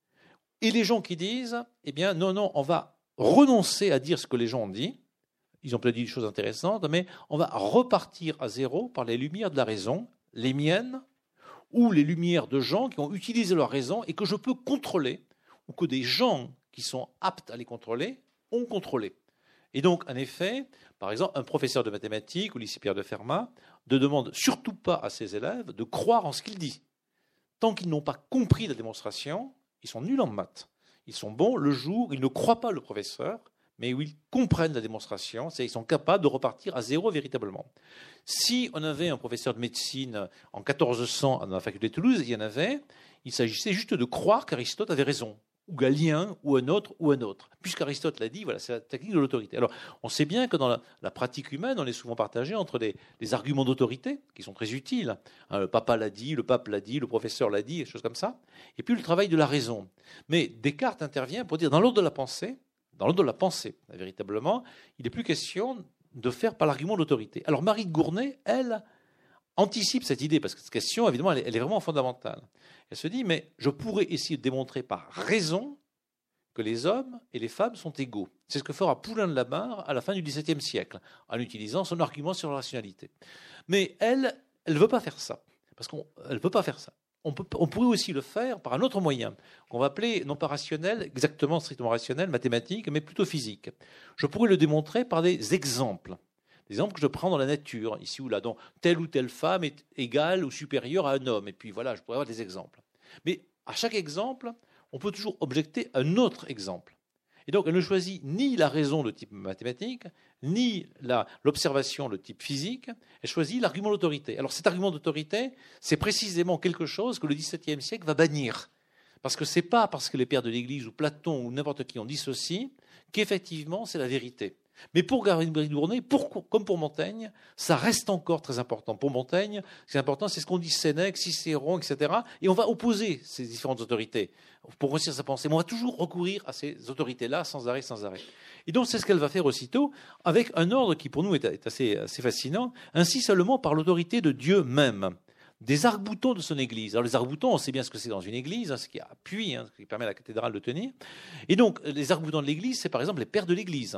et les gens qui disent, eh bien, non, on va renoncer à dire ce que les gens ont dit. Ils ont peut-être dit des choses intéressantes, mais on va repartir à zéro par les lumières de la raison, les miennes, ou les lumières de gens qui ont utilisé leur raison et que je peux contrôler, ou que des gens qui sont aptes à les contrôler ont contrôlé. Et donc, en effet, par exemple, un professeur de mathématiques, ou lycée Pierre de Fermat, ne demande surtout pas à ses élèves de croire en ce qu'il dit. Tant qu'ils n'ont pas compris la démonstration, ils sont nuls en maths. Ils sont bons le jour où ils ne croient pas le professeur, mais où ils comprennent la démonstration, c'est-à-dire qu'ils sont capables de repartir à zéro véritablement. Si on avait un professeur de médecine en 1400 dans la faculté de Toulouse, il s'agissait juste de croire qu'Aristote avait raison, ou Galien, ou un autre. Puisqu'Aristote l'a dit, voilà, c'est la technique de l'autorité. Alors, on sait bien que dans la pratique humaine, on est souvent partagé entre des arguments d'autorité, qui sont très utiles. Le papa l'a dit, le pape l'a dit, le professeur l'a dit, des choses comme ça. Et puis le travail de la raison. Mais Descartes intervient pour dire, dans l'ordre de la pensée, véritablement, il n'est plus question de faire par l'argument d'autorité. Alors Marie de Gournay, elle, anticipe cette idée, parce que cette question, évidemment, elle est vraiment fondamentale. Elle se dit, mais je pourrais essayer de démontrer par raison que les hommes et les femmes sont égaux. C'est ce que fera Poulain de la Barre à la fin du XVIIe siècle, en utilisant son argument sur la rationalité. Mais elle ne veut pas faire ça, parce qu'elle ne veut pas faire ça. On pourrait aussi le faire par un autre moyen, qu'on va appeler, non pas rationnel, exactement strictement rationnel, mathématique, mais plutôt physique. Je pourrais le démontrer par des exemples. Des exemples que je prends dans la nature, ici ou là, dont telle ou telle femme est égale ou supérieure à un homme. Et puis voilà, je pourrais avoir des exemples. Mais à chaque exemple, on peut toujours objecter un autre exemple. Et donc, elle ne choisit ni la raison de type mathématique, ni l'observation de type physique, elle choisit l'argument d'autorité. Alors cet argument d'autorité, c'est précisément quelque chose que le XVIIe siècle va bannir. Parce que ce n'est pas parce que les pères de l'Église ou Platon ou n'importe qui ont dit ceci qu'effectivement c'est la vérité. Mais pour Marie de Gournay, comme pour Montaigne, ça reste encore très important. Pour Montaigne, ce qui est important, c'est ce qu'on dit Sénèque, Cicéron, etc. Et on va opposer ces différentes autorités pour réussir sa pensée. Mais on va toujours recourir à ces autorités-là sans arrêt. Et donc, c'est ce qu'elle va faire aussitôt, avec un ordre qui, pour nous, est assez fascinant, ainsi seulement par l'autorité de Dieu même. des arcs-boutants de son église. Alors les arcs-boutants, on sait bien ce que c'est dans une église, ce qui appuie, ce qui permet à la cathédrale de tenir. Et donc les arcs-boutants de l'église, c'est par exemple les pères de l'église.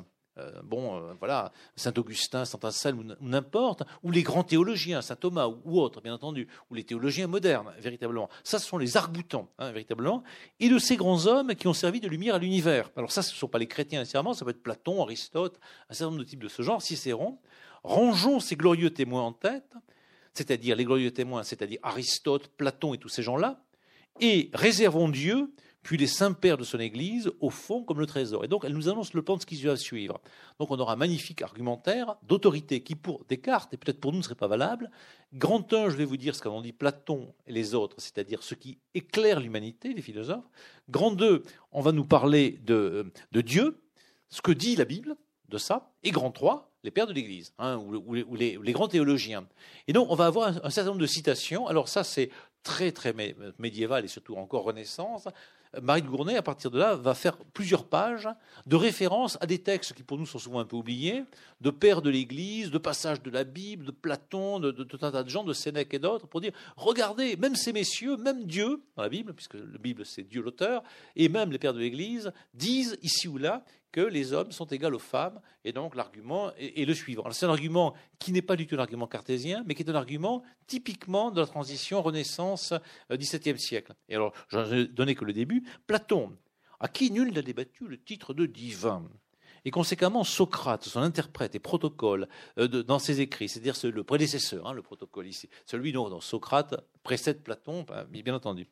Voilà, Saint-Augustin, Saint-Anselme ou n'importe, ou les grands théologiens, Saint Thomas ou autres, bien entendu, ou les théologiens modernes, véritablement. Ça, ce sont les arcs-boutants, véritablement, et de ces grands hommes qui ont servi de lumière à l'univers. Alors ça, ce ne sont pas les chrétiens nécessairement, ça peut être Platon, Aristote, un certain nombre de types de ce genre, Cicéron. Rangeons ces glorieux témoins en tête, c'est-à-dire les glorieux témoins, c'est-à-dire Aristote, Platon et tous ces gens-là, et réservons Dieu, puis les saints pères de son Église, au fond comme le trésor. Et donc, elle nous annonce le plan de ce qui va suivre. Donc, on aura un magnifique argumentaire d'autorité qui, pour Descartes, et peut-être pour nous, ne serait pas valable. Grand 1, je vais vous dire ce qu'en ont dit Platon et les autres, c'est-à-dire ce qui éclaire l'humanité, les philosophes. Grand 2, on va nous parler de Dieu, ce que dit la Bible de ça. Et grand 3, les pères de l'Église, ou les grands théologiens. Et donc, on va avoir un certain nombre de citations. Alors ça, c'est très, très médiéval et surtout encore Renaissance. Marie de Gournay, à partir de là, va faire plusieurs pages de références à des textes qui, pour nous, sont souvent un peu oubliés, de pères de l'Église, de passages de la Bible, de Platon, de tout un tas de gens, de Sénèque et d'autres, pour dire, regardez, même ces messieurs, même Dieu, dans la Bible, puisque la Bible, c'est Dieu l'auteur, et même les pères de l'Église, disent ici ou là que les hommes sont égaux aux femmes, et donc l'argument est le suivant. C'est un argument qui n'est pas du tout un argument cartésien, mais qui est un argument typiquement de la transition Renaissance XVIIe siècle. Et alors, je n'ai donné que le début. Platon, à qui nul n'a débattu le titre de divin. Et conséquemment, Socrate, son interprète et protocole dans ses écrits, c'est-à-dire le prédécesseur, le protocole ici, celui dont Socrate précède Platon, bien entendu.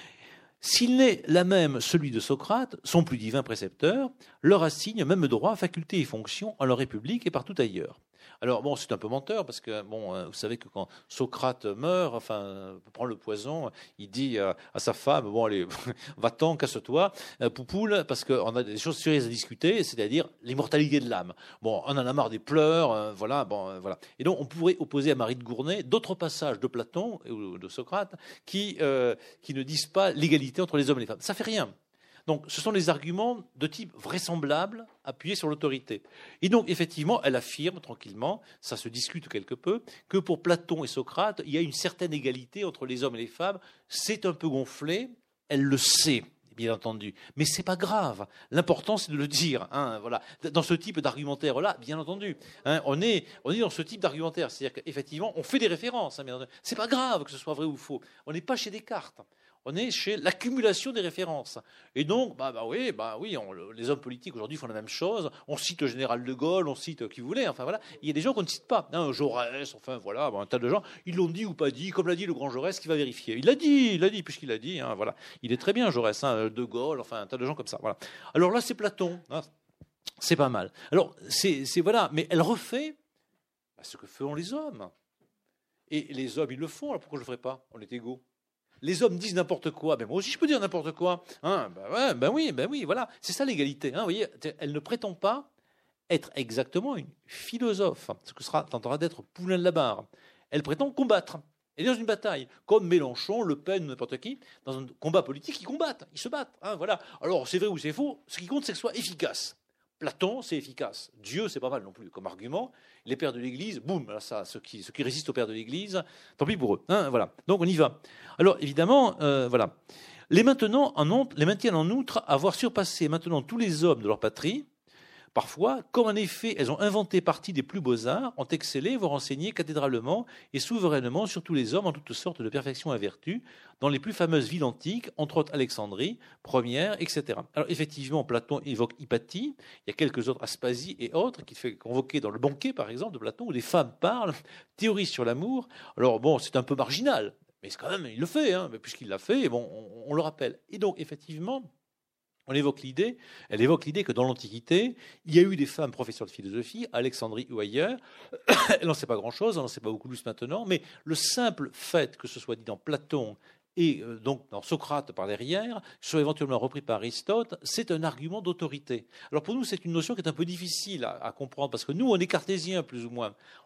S'il n'est là même celui de Socrate, son plus divin précepteur, leur assigne même droit, faculté et fonction en leur république et partout ailleurs. Alors, bon, c'est un peu menteur, parce que, bon, vous savez que quand Socrate meurt, prend le poison, il dit à sa femme, bon, allez, va-t'en, casse-toi, poupoule, parce qu'on a des choses sérieuses à discuter, c'est-à-dire l'immortalité de l'âme. Bon, on en a marre des pleurs, voilà. Et donc, on pourrait opposer à Marie de Gournay d'autres passages de Platon ou de Socrate qui ne disent pas l'égalité entre les hommes et les femmes. Ça fait rien. Donc, ce sont des arguments de type vraisemblable, appuyés sur l'autorité. Et donc, effectivement, elle affirme tranquillement, ça se discute quelque peu, que pour Platon et Socrate, il y a une certaine égalité entre les hommes et les femmes. C'est un peu gonflé, elle le sait, bien entendu, mais c'est pas grave. L'important, c'est de le dire. Voilà. Dans ce type d'argumentaire-là, bien entendu, on est dans ce type d'argumentaire, c'est-à-dire qu'effectivement, on fait des références. C'est pas grave que ce soit vrai ou faux. On n'est pas chez Descartes. On est chez l'accumulation des références. Et donc, oui, les hommes politiques aujourd'hui font la même chose. On cite le général de Gaulle, on cite qui vous voulez. Enfin voilà, il y a des gens qu'on ne cite pas. Jaurès, enfin voilà, un tas de gens. Ils l'ont dit ou pas dit, comme l'a dit le grand Jaurès, qui va vérifier. Il l'a dit, puisqu'il l'a dit. Voilà, il est très bien Jaurès, de Gaulle, enfin un tas de gens comme ça. Voilà. Alors là, c'est Platon. C'est pas mal. Alors c'est voilà, mais elle refait ce que font les hommes. Et les hommes, ils le font. Alors pourquoi je le ferais pas? On est égaux. Les hommes disent n'importe quoi, mais moi aussi je peux dire n'importe quoi. Oui, voilà. C'est ça l'égalité. Vous voyez, elle ne prétend pas être exactement une philosophe, ce que tentera d'être Poulain de la Barre. Elle prétend combattre. Elle est dans une bataille, comme Mélenchon, Le Pen, n'importe qui, dans un combat politique, ils se battent. Voilà. Alors c'est vrai ou c'est faux, ce qui compte c'est que ce soit efficace. Platon, c'est efficace. Dieu, c'est pas mal non plus comme argument. Les pères de l'Église, boum, ça, ceux qui résistent aux pères de l'Église, tant pis pour eux. Voilà. Donc on y va. Alors évidemment, voilà. Les maintiennent en outre avoir surpassé maintenant tous les hommes de leur patrie. Parfois, comme en effet, elles ont inventé partie des plus beaux-arts, ont excellé, voire enseigné cathédralement et souverainement sur tous les hommes en toutes sortes de perfection et vertu, dans les plus fameuses villes antiques, entre autres Alexandrie, Première, etc. Alors effectivement, Platon évoque Hypatie, il y a quelques autres, Aspasie et autres, qui fait convoquer dans le banquet, par exemple, de Platon, où des femmes parlent, théorisent sur l'amour. Alors bon, c'est un peu marginal, mais c'est quand même, il le fait, puisqu'il l'a fait, bon, on le rappelle. Et donc, effectivement, elle évoque l'idée que dans l'Antiquité, il y a eu des femmes professeurs de philosophie, à Alexandrie ou ailleurs. Elle n'en sait pas grand-chose, elle n'en sait pas beaucoup plus maintenant, mais le simple fait que ce soit dit dans Platon et donc dans Socrate par derrière, soit éventuellement repris par Aristote, c'est un argument d'autorité. Alors pour nous, c'est une notion qui est un peu difficile à comprendre, parce que nous, on est cartésiens plus ou moins.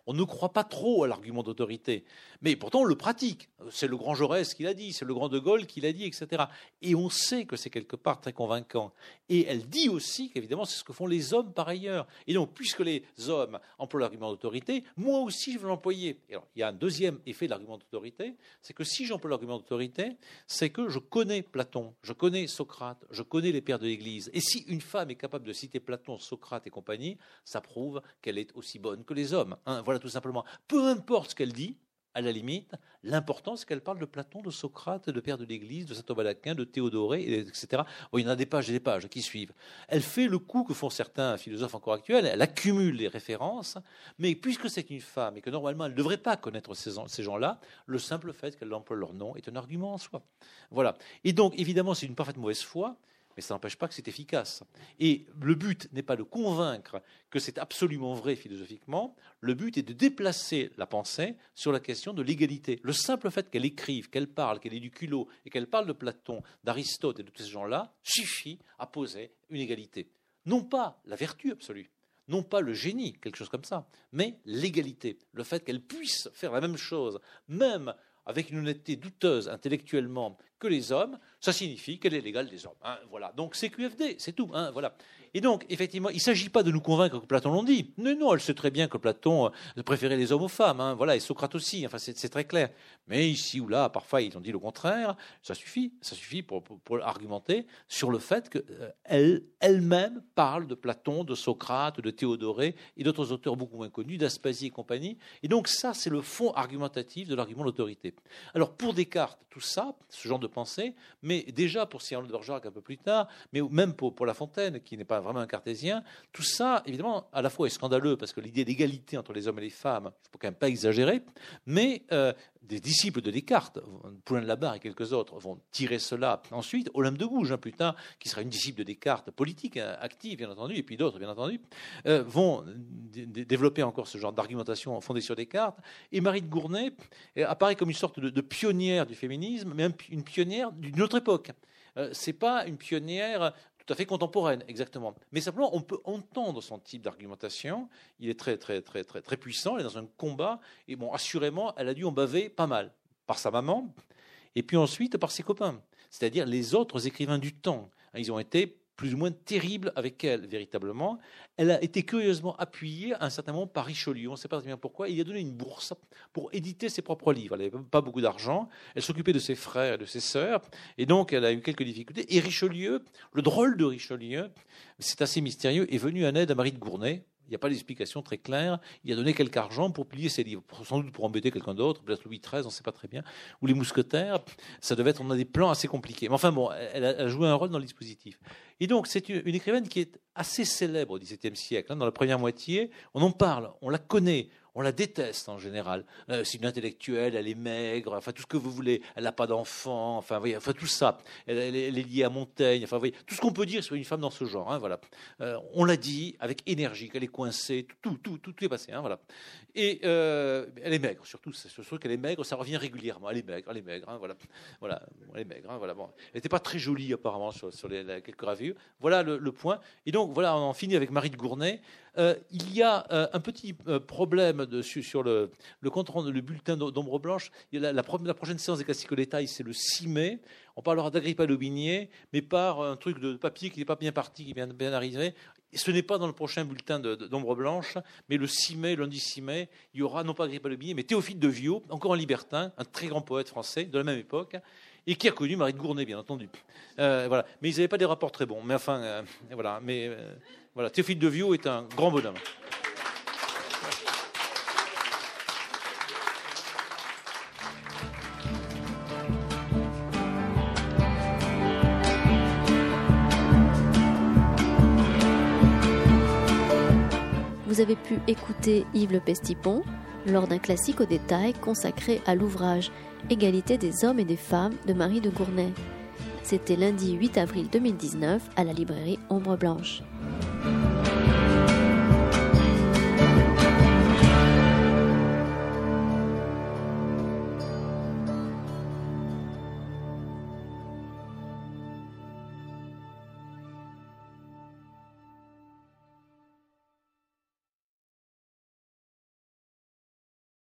On ne croit pas trop à l'argument d'autorité, mais pourtant on le pratique. C'est le grand Jaurès qui l'a dit, c'est le grand De Gaulle qui l'a dit, etc. Et on sait que c'est quelque part très convaincant. Et elle dit aussi qu'évidemment c'est ce que font les hommes par ailleurs. Et donc, puisque les hommes emploient l'argument d'autorité, moi aussi je veux l'employer. Et alors, il y a un deuxième effet de l'argument d'autorité, c'est que si j'emploie l'argument d'autorité, c'est que je connais Platon, je connais Socrate, je connais les pères de l'Église. Et si une femme est capable de citer Platon, Socrate et compagnie, ça prouve qu'elle est aussi bonne que les hommes. Voilà, tout simplement. Peu importe ce qu'elle dit, à la limite, l'important, c'est qu'elle parle de Platon, de Socrate, de pères de l'Église, de saint Thomas d'Aquin, de Théodoré, etc. Bon, il y en a des pages et des pages qui suivent. Elle fait le coup que font certains philosophes encore actuels, elle accumule les références, mais puisque c'est une femme et que normalement elle ne devrait pas connaître ces gens-là, le simple fait qu'elle emploie leur nom est un argument en soi. Voilà. Et donc, évidemment, c'est une parfaite mauvaise foi, mais ça n'empêche pas que c'est efficace. Et le but n'est pas de convaincre que c'est absolument vrai philosophiquement, le but est de déplacer la pensée sur la question de l'égalité. Le simple fait qu'elle écrive, qu'elle parle, qu'elle ait du culot, et qu'elle parle de Platon, d'Aristote et de tous ces gens-là, suffit à poser une égalité. Non pas la vertu absolue, non pas le génie, quelque chose comme ça, mais l'égalité. Le fait qu'elle puisse faire la même chose, même avec une honnêteté douteuse intellectuellement que les hommes, ça signifie qu'elle est l'égale des hommes. Voilà. Donc c'est QFD, c'est tout. Voilà. Et donc, effectivement, il ne s'agit pas de nous convaincre que Platon l'ont dit. Non, elle sait très bien que Platon préférait les hommes aux femmes. Voilà, et Socrate aussi. Enfin, c'est très clair. Mais ici ou là, parfois, ils ont dit le contraire. Ça suffit pour argumenter sur le fait qu'elle-même parle de Platon, de Socrate, de Théodoré et d'autres auteurs beaucoup moins connus, d'Aspasie et compagnie. Et donc, ça, c'est le fond argumentatif de l'argument d'autorité. Alors, pour Descartes, tout ça, ce genre de pensée, mais déjà pour Cyrano de Bergerac un peu plus tard, mais même pour La Fontaine, qui n'est pas vraiment un cartésien, tout ça, évidemment, à la fois est scandaleux, parce que l'idée d'égalité entre les hommes et les femmes, il ne faut quand même pas exagérer, mais des disciples de Descartes, Poulain de la Barre et quelques autres, vont tirer cela ensuite. Olympe de Gouges, plus tard, qui sera une disciple de Descartes, politique, active, bien entendu, et puis d'autres, bien entendu, vont développer encore ce genre d'argumentation fondée sur Descartes. Et Marie de Gournay apparaît comme une sorte de pionnière du féminisme, mais une pionnière d'une autre époque. Ce n'est pas une pionnière tout à fait contemporaine, exactement. Mais simplement, on peut entendre son type d'argumentation. Il est très, très, très, très, très puissant. Elle est dans un combat. Et bon, assurément, elle a dû en baver pas mal. Par sa maman, et puis ensuite par ses copains. C'est-à-dire les autres écrivains du temps. Ils ont été plus ou moins terrible avec elle, véritablement. Elle a été curieusement appuyée à un certain moment par Richelieu. On ne sait pas très bien pourquoi. Il lui a donné une bourse pour éditer ses propres livres. Elle n'avait pas beaucoup d'argent. Elle s'occupait de ses frères et de ses sœurs. Et donc, elle a eu quelques difficultés. Et Richelieu, le drôle de Richelieu, c'est assez mystérieux, est venu en aide à Marie de Gournay. Il n'y a pas d'explication très claire. Il a donné quelque argent pour publier ses livres, sans doute pour embêter quelqu'un d'autre, peut-être Louis XIII, on ne sait pas très bien, ou les Mousquetaires. Ça devait être, on a des plans assez compliqués. Mais enfin bon, elle a joué un rôle dans le dispositif. Et donc, c'est une écrivaine qui est assez célèbre au XVIIe siècle. Dans la première moitié, on en parle, on la connaît. On la déteste en général. C'est une intellectuelle, elle est maigre, enfin tout ce que vous voulez. Elle n'a pas d'enfant, enfin, voyez, enfin tout ça. Elle est liée à Montaigne, enfin voyez, tout ce qu'on peut dire sur une femme dans ce genre. Voilà. On l'a dit avec énergie, qu'elle est coincée, tout est passé. Voilà. Et elle est maigre, surtout. C'est sûr qu'elle est maigre, ça revient régulièrement. Elle est maigre. Voilà. Elle est maigre. Voilà. Bon. Elle n'était pas très jolie apparemment sur quelques gravures. Voilà le point. Et donc voilà, on en finit avec Marie de Gournay. Il y a un petit problème sur le compte rendu, le bulletin d'Ombre Blanche. La prochaine séance des classiques au détail, c'est le 6 mai. On parlera d'Agrippa d'Aubigné, mais par un truc de papier qui n'est pas bien parti, qui est bien arrivé. Ce n'est pas dans le prochain bulletin d'Ombre Blanche, mais le 6 mai, lundi 6 mai, il y aura non pas Agrippa d'Aubigné, mais Théophile de Viau, encore un libertin, un très grand poète français de la même époque, et qui a connu Marie de Gournay, bien entendu. Voilà. Mais ils n'avaient pas des rapports très bons. Mais enfin, voilà. Voilà, Théophile de Viau est un grand bonhomme. Vous avez pu écouter Yves Le Pestipon lors d'un classique au détail consacré à l'ouvrage Égalité des hommes et des femmes de Marie de Gournay. C'était lundi 8 avril 2019 à la librairie Ombre Blanche.